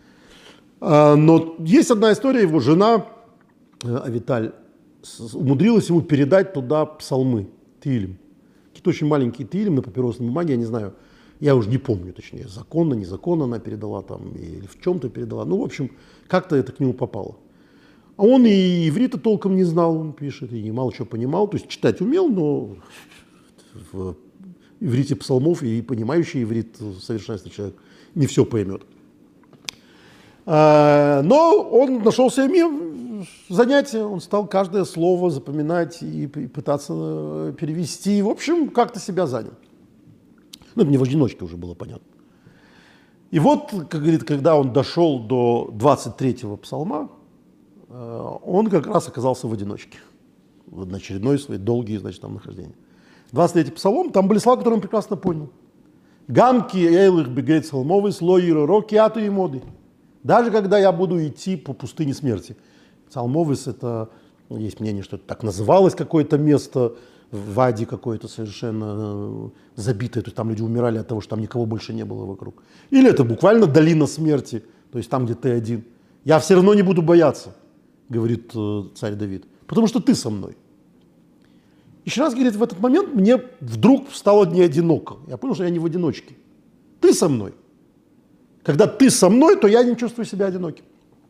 Но есть одна история, его жена Авиталь умудрилась ему передать туда псалмы, Тилим. Какие-то очень маленькие Тилим на папиросной бумаге, я не знаю, я уже не помню точнее, законно, незаконно она передала там, или в чем-то передала. Ну, в общем, как-то это к нему попало. А он и иврита толком не знал, он пишет, и мало чего понимал, то есть читать умел, но в иврите псалмов и понимающий иврит совершенствующий человек не все поймет. Но он нашел себе занятие, он стал каждое слово запоминать и пытаться перевести. В общем, как-то себя занял. Ну, это не в одиночке уже было понятно. И вот, как говорит, когда он дошел до 23-го псалма, он как раз оказался в одиночке. В очередной своей долгие, значит, там нахождение. 23-й псалом, там были слова, которые он прекрасно понял. «Гамки эйлых бегет салмовый слой ироро киату и моды». Даже когда я буду идти по пустыне смерти. Салмовис — это, есть мнение, что это так называлось какое-то место, в Ваде какое-то совершенно забитое, то есть там люди умирали от того, что там никого больше не было вокруг. Или это буквально долина смерти, то есть там, где ты один. Я все равно не буду бояться, говорит царь Давид, потому что ты со мной. Еще раз, говорит, в этот момент мне вдруг стало не одиноко. Я понял, что я не в одиночке. Ты со мной. Когда ты со мной, то я не чувствую себя одиноким.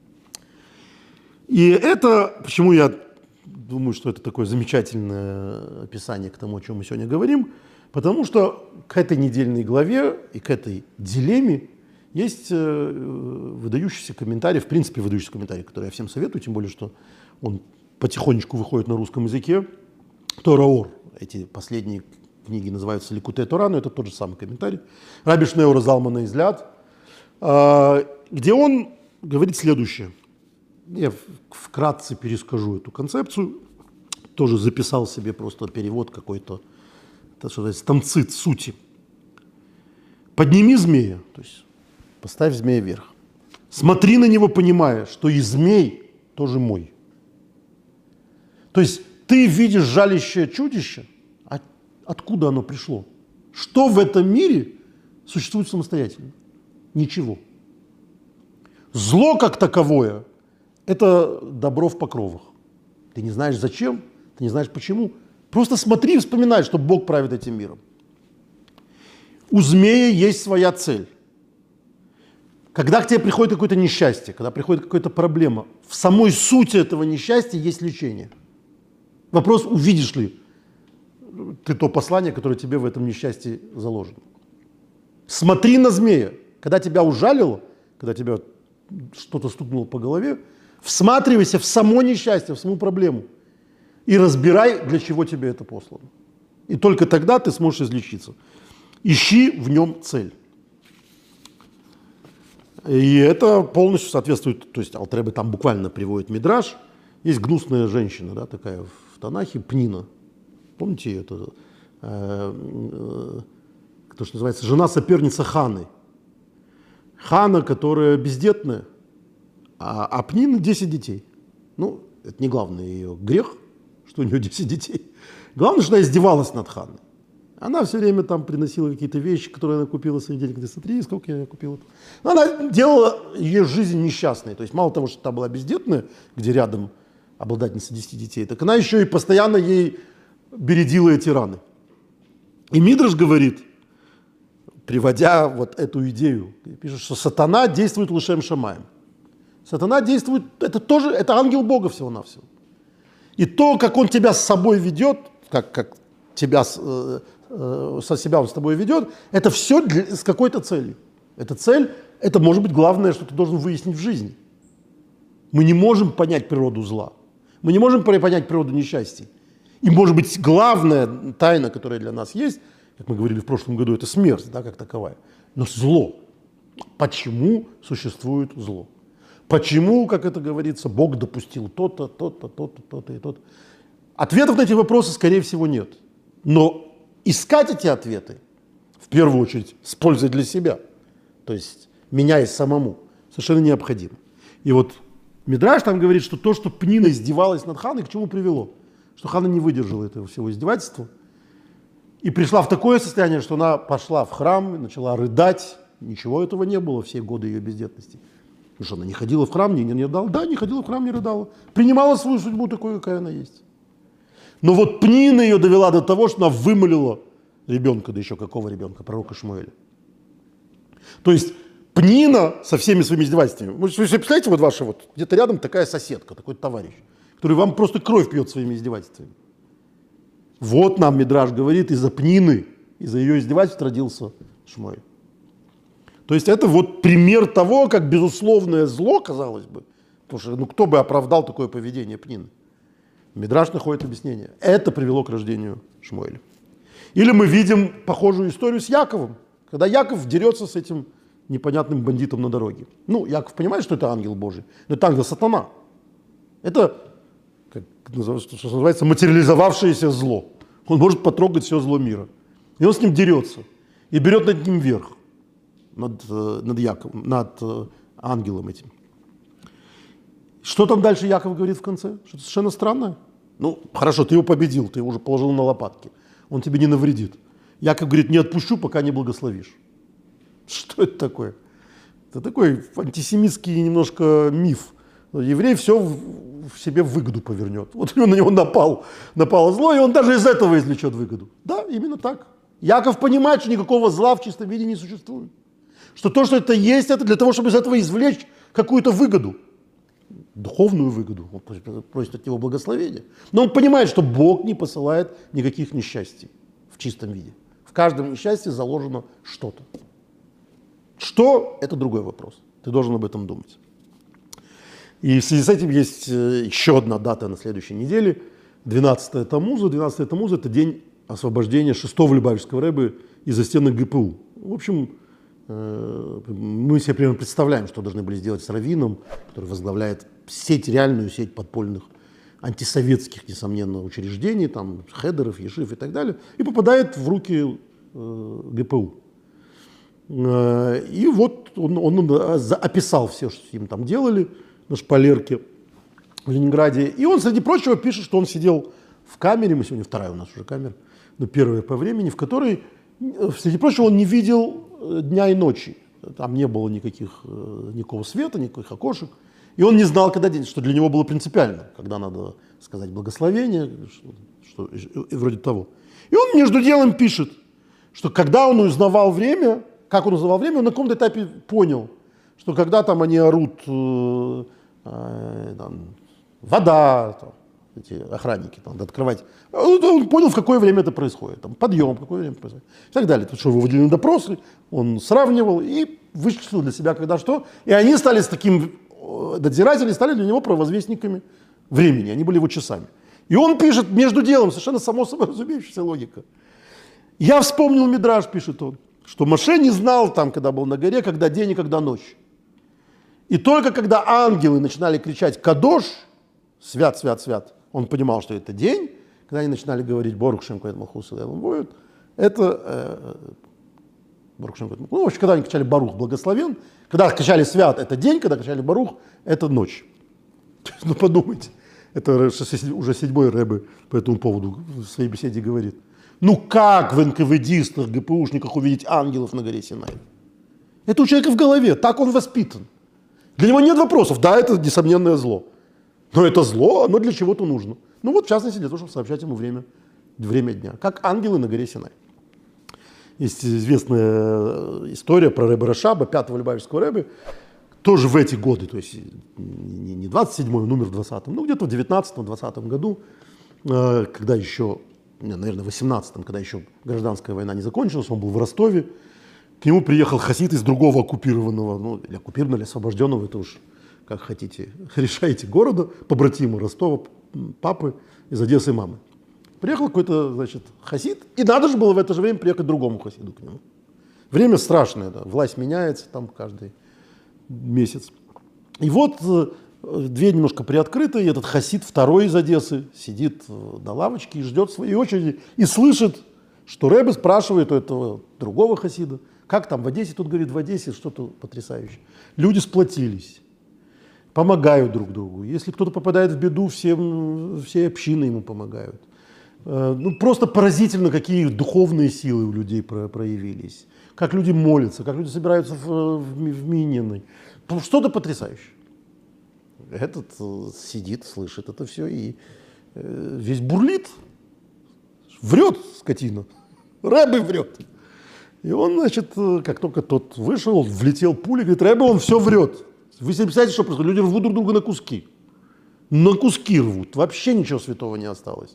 И это, почему я думаю, что это такое замечательное описание к тому, о чем мы сегодня говорим, потому что к этой недельной главе и к этой дилемме есть выдающийся комментарий, в принципе, выдающийся комментарий, который я всем советую, тем более, что он потихонечку выходит на русском языке. Тора-Ор. Эти последние книги называются Ликутей Тора, но это тот же самый комментарий. Раби Шнеура Залмана Изляд, где он говорит следующее. Я вкратце перескажу эту концепцию. Тоже записал себе просто перевод какой-то, это что называется, тамцит сути. Подними змея, то есть поставь змея вверх. Смотри на него, понимая, что и змей тоже мой. То есть ты видишь жалящее чудище, а откуда оно пришло? Что в этом мире существует самостоятельно? Ничего. Зло как таковое – это добро в покровах. Ты не знаешь зачем, ты не знаешь почему. Просто смотри и вспоминай, что Бог правит этим миром. У змея есть своя цель. Когда к тебе приходит какое-то несчастье, когда приходит какая-то проблема, в самой сути этого несчастья есть лечение. Вопрос, увидишь ли ты то послание, которое тебе в этом несчастье заложено. Смотри на змея. Когда тебя ужалило, когда тебя что-то стукнуло по голове, всматривайся в само несчастье, в саму проблему и разбирай, для чего тебе это послано. И только тогда ты сможешь излечиться. Ищи в нем цель. И это полностью соответствует, то есть Алтер-Ребе там буквально приводит мидраш. Есть гнусная женщина, да, такая в Танахе, Пнина. Помните это? То, что называется, жена-соперница Ханы. Хана, которая бездетная, а Пнина 10 детей. Ну, это не главный ее грех, что у нее 10 детей. Главное, что она издевалась над Ханой. Она все время там приносила какие-то вещи, которые она купила свои деньги. Смотри, сколько я купила. Она делала ее жизнь несчастной. То есть мало того, что она была бездетная, где рядом обладательница 10 детей, так она еще и постоянно ей бередила эти раны. И Мидраш говорит, приводя вот эту идею, пишет, что сатана действует лешем шамаем. Сатана действует, это ангел Бога всего-навсего. И то, как он тебя с собой ведет, как тебя со себя он с тобой ведет, это все с какой-то целью. Эта цель, это может быть главное, что ты должен выяснить в жизни. Мы не можем понять природу зла. Мы не можем понять природу несчастья. И, может быть, главная тайна, которая для нас есть, как мы говорили в прошлом году, это смерть, да, как таковая. Но зло. Почему существует зло? Почему, как это говорится, Бог допустил то-то, то-то, то-то, то-то и то-то? Ответов на эти вопросы, скорее всего, нет. Но искать эти ответы, в первую очередь, с пользой для себя, то есть меняясь самому, совершенно необходимо. И вот Мидраш там говорит, что то, что Пнина издевалась над Ханой, к чему привело? Что Хана не выдержала этого всего издевательства и пришла в такое состояние, что она пошла в храм, начала рыдать. Ничего этого не было все годы ее бездетности. Потому что она не ходила в храм, не рыдала. Да, не ходила в храм, не рыдала. Принимала свою судьбу такой, какая она есть. Но вот Пнина ее довела до того, что она вымолила ребенка, да еще какого ребенка, пророка Шмуэля. То есть Пнина со всеми своими издевательствами. Вы представляете, вот ваша вот, где-то рядом такая соседка, такой товарищ, который вам просто кровь пьет своими издевательствами. Вот нам Мидраш говорит, из-за Пнины, из-за ее издевательств родился Шмуэль. То есть это вот пример того, как безусловное зло, казалось бы, потому что кто бы оправдал такое поведение Пнины? Мидраш находит объяснение. Это привело к рождению Шмуэля. Или мы видим похожую историю с Яковом, когда Яков дерется с этим непонятным бандитом на дороге. Ну, Яков понимает, что это ангел Божий, но это ангел сатана. Это, как что называется, материализовавшееся зло. Он может потрогать все зло мира. И он с ним дерется. И берет над ним верх. Над Яковом, над ангелом этим. Что там дальше Яков говорит в конце? Что-то совершенно странное. Ну, хорошо, ты его победил, ты его уже положил на лопатки. Он тебе не навредит. Яков говорит, не отпущу, пока не благословишь. Что это такое? Это такой антисемитский немножко миф. Еврей все в себе в выгоду повернет. Вот он на него напало зло, и он даже из этого извлечет выгоду. Да, именно так. Яков понимает, что никакого зла в чистом виде не существует. Что то, что это есть, это для того, чтобы из этого извлечь какую-то выгоду. Духовную выгоду. Он просит от него благословения. Но он понимает, что Бог не посылает никаких несчастий в чистом виде. В каждом несчастье заложено что-то. Что – это другой вопрос. Ты должен об этом думать. И в связи с этим есть еще одна дата на следующей неделе. 12 Таммуза. 12 Таммуза – это день освобождения 6-го Любавичского рэбе из-за стенок ГПУ. В общем, Мы себе примерно представляем, что должны были сделать с раввином, который возглавляет реальную сеть подпольных антисоветских, несомненно, учреждений, там, хедеров, ешив и так далее, и попадает в руки ГПУ. И вот он описал все, что с ним там делали на шпалерке в Ленинграде. И он, среди прочего, пишет, что он сидел в камере, мы сегодня вторая у нас уже камера, но первая по времени, в которой, среди прочего, он не видел дня и ночи. Там не было никакого света, никаких окошек. И он не знал, когда день, что для него было принципиально, когда надо сказать благословение, и вроде того. И он между делом пишет, что когда он узнавал время, как он узнавал время, он на каком-то этапе понял, что когда там они орут, вода, там, эти охранники, там, надо открывать, он понял, в какое время это происходит, там, подъем, в какое время происходит, и так далее. Потому что его выделили на допросы, он сравнивал и вычислил для себя, когда что. И они стали с таким, надзиратели стали для него провозвестниками времени, они были его часами. И он пишет между делом, совершенно само собой разумеющаяся логика. Я вспомнил Мидраш, пишет он, что Моше не знал там, когда был на горе, когда день и когда ночь. И только когда ангелы начинали кричать «Кадош», «Свят, свят, свят», он понимал, что это день. Когда они начинали говорить «Борух Шем Коэд Малхус Элэм Воэд», это Борух Шем Коэд Малхус. Ну, в общем, когда они кричали «Барух благословен», когда кричали «Свят» — это день, когда кричали «Барух» — это ночь. Ну, подумайте, это уже 7-й Ребе по этому поводу в своей беседе говорит. Ну как в НКВДистах, ГПУшниках увидеть ангелов на горе Синай? Это у человека в голове, так он воспитан. Для него нет вопросов, да, это несомненное зло. Но это зло, оно для чего-то нужно. Ну вот, в частности, для того, чтобы сообщать ему время дня. Как ангелы на горе Синай. Есть известная история про Ребе Рашаба, 5-го Любавичского Ребе, тоже в эти годы, то есть не 27-й, он умер в 20-м, ну где-то в 19-20 году, когда еще, наверное, в 18-м, когда еще гражданская война не закончилась, он был в Ростове, к нему приехал хасид из другого оккупированного, ну, или оккупированного, или освобожденного, это уж как хотите, решайте, города, побратимы Ростова, папы из Одессы мамы. Приехал какой-то, значит, хасид, и надо же было в это же время приехать другому хасиду к нему. Время страшное, да, власть меняется там каждый месяц. И вот дверь немножко приоткрыта, и этот хасид, второй из Одессы, сидит на лавочке и ждет своей очереди, и слышит, что Ребе спрашивает у этого другого хасида, как там в Одессе, тут говорит, в Одессе что-то потрясающее. Люди сплотились, помогают друг другу. Если кто-то попадает в беду, все общины ему помогают. Ну, просто поразительно, какие духовные силы у людей проявились. Как люди молятся, как люди собираются в Мининой. Что-то потрясающее. Этот сидит, слышит это все и весь бурлит. Врет, скотина. Ребе врет. И он, значит, как только тот вышел, влетел пулей, говорит, Ребе, он все врет. Вы себе представляете, что происходит? Люди рвут друг друга на куски. На куски рвут. Вообще ничего святого не осталось.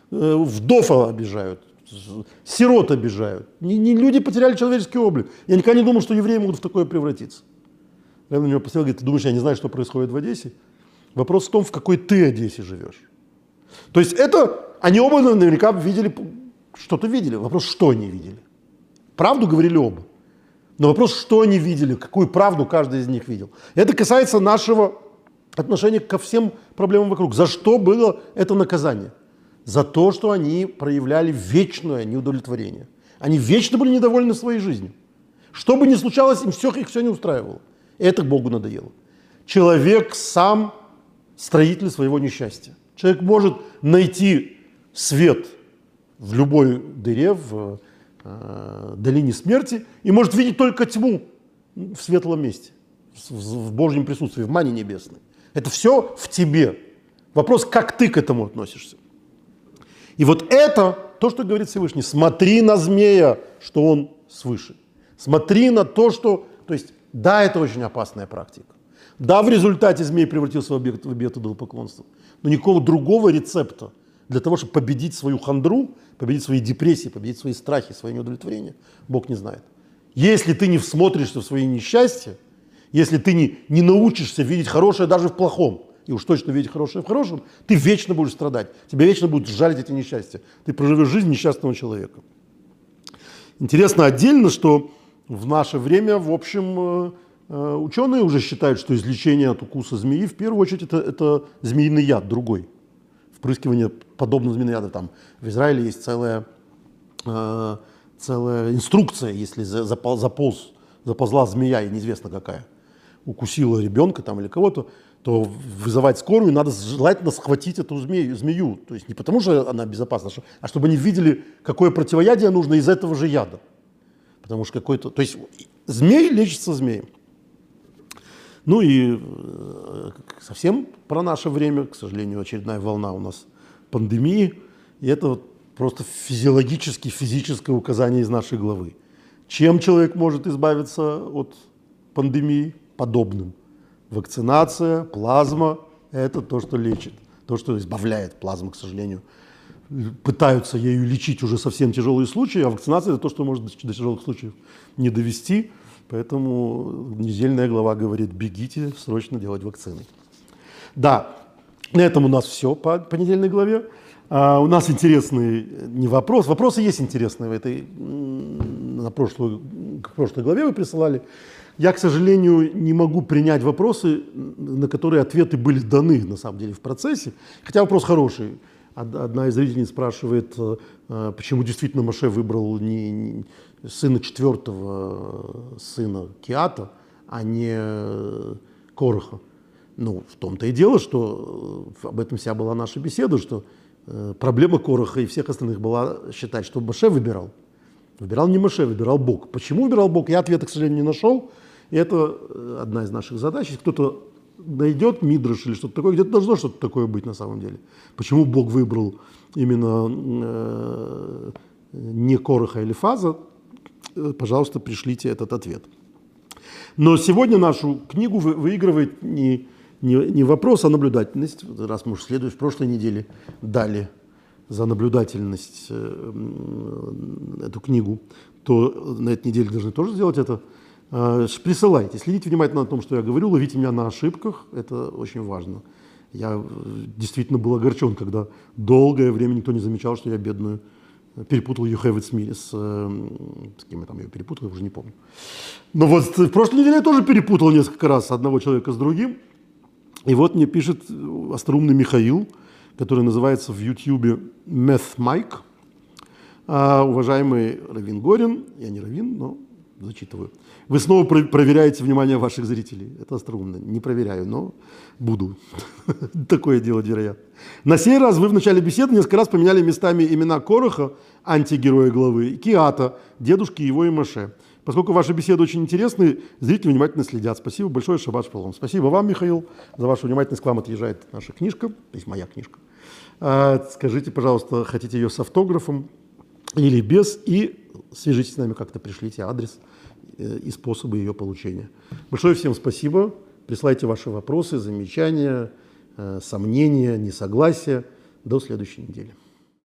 Вдов обижают, сирот обижают. Люди потеряли человеческий облик. Я никогда не думал, что евреи могут в такое превратиться. Я на него посмотрел, говорит, ты думаешь, я не знаю, что происходит в Одессе? Вопрос в том, в какой ты Одессе живешь. То есть это, они оба наверняка видели, что-то видели. Вопрос, что они видели. Правду говорили оба. Но вопрос, что они видели, какую правду каждый из них видел. Это касается нашего отношения ко всем проблемам вокруг. За что было это наказание? За то, что они проявляли вечное неудовлетворение. Они вечно были недовольны своей жизнью. Что бы ни случалось, их все не устраивало. И это Богу надоело. Человек сам строитель своего несчастья. Человек может найти свет в любой дыре, в долине смерти, и может видеть только тьму в светлом месте, в Божьем присутствии, в мане небесной. Это все в тебе. Вопрос, как ты к этому относишься. И вот это то, что говорит Всевышний. Смотри на змея, что он свыше. Смотри на то, что... То есть, да, это очень опасная практика. Да, в результате змей превратился в объект идолопоклонства. Но никакого другого рецепта для того, чтобы победить свою хандру, победить свои депрессии, победить свои страхи, свои неудовлетворения, Бог не знает. Если ты не всмотришься в свои несчастья, если ты не научишься видеть хорошее даже в плохом, и уж точно видеть хорошее в хорошем, ты вечно будешь страдать. Тебя вечно будут жалить эти несчастья. Ты проживешь жизнь несчастного человека. Интересно отдельно, что в наше время, в общем, ученые уже считают, что излечение от укуса змеи, в первую очередь, это змеиный яд другой. Впрыскивание подобного змеиного яда. Там в Израиле есть целая инструкция, если заползла змея, и неизвестно какая, укусила ребенка там, или кого-то, то вызывать скорую надо желательно схватить эту змею. То есть не потому, что она безопасна, а чтобы они видели, какое противоядие нужно из этого же яда. Потому что какой-то... То есть змей лечится змеем. Ну и совсем про наше время, к сожалению, очередная волна у нас пандемии. И это вот просто физическое указание из нашей главы. Чем человек может избавиться от пандемии? Подобным. Вакцинация, плазма – это то, что лечит, то, что избавляет. Плазма, к сожалению, пытаются ею лечить уже совсем тяжелые случаи, а вакцинация – это то, что может до тяжелых случаев не довести. Поэтому недельная глава говорит: бегите срочно делать вакцины. Да, на этом у нас все по недельной главе. У нас интересный не вопрос. Вопросы есть интересные к прошлой главе вы присылали. Я, к сожалению, не могу принять вопросы, на которые ответы были даны, на самом деле, в процессе. Хотя вопрос хороший. Одна из зрительниц спрашивает, почему действительно Моше выбрал не сына четвертого сына Киата, а не Кораха. Ну, в том-то и дело, что об этом вся была наша беседа, что проблема Кораха и всех остальных была считать, что Моше выбирал. Выбирал не Моше, выбирал Бог. Почему выбирал Бог, я ответа, к сожалению, не нашел. И это одна из наших задач. Если кто-то найдет мидраш или что-то такое, где-то должно что-то такое быть на самом деле. Почему Бог выбрал именно не Кораха или Фаза, пожалуйста, пришлите этот ответ. Но сегодня нашу книгу выигрывает не вопрос, а наблюдательность. Раз мы уже в прошлой неделе дали за наблюдательность эту книгу, то на этой неделе должны тоже сделать это. Присылайте, следите внимательно о том, что я говорю, ловите меня на ошибках, это очень важно. Я действительно был огорчен, когда долгое время никто не замечал, что я бедную перепутал You Have It Smith с кем я там ее перепутал, я уже не помню. Но вот в прошлой неделе я тоже перепутал несколько раз одного человека с другим. И вот мне пишет остроумный Михаил, который называется в Ютьюбе Meth Mike. Уважаемый раввин Горин, я не раввин, но зачитываю. Вы снова проверяете внимание ваших зрителей. Это остроумно. Не проверяю, но буду такое делать, вероятно. На сей раз вы в начале беседы несколько раз поменяли местами имена Кораха, антигероя главы, Киата, дедушки его и Моше. Поскольку ваши беседы очень интересны, зрители внимательно следят. Спасибо большое, шаббат шалом. Спасибо вам, Михаил, за вашу внимательность. К вам отъезжает наша книжка, то есть моя книжка. Скажите, пожалуйста, хотите ее с автографом или без, и свяжитесь с нами как-то, пришлите адрес и способы ее получения. Большое всем спасибо. Присылайте ваши вопросы, замечания, сомнения, несогласия. До следующей недели.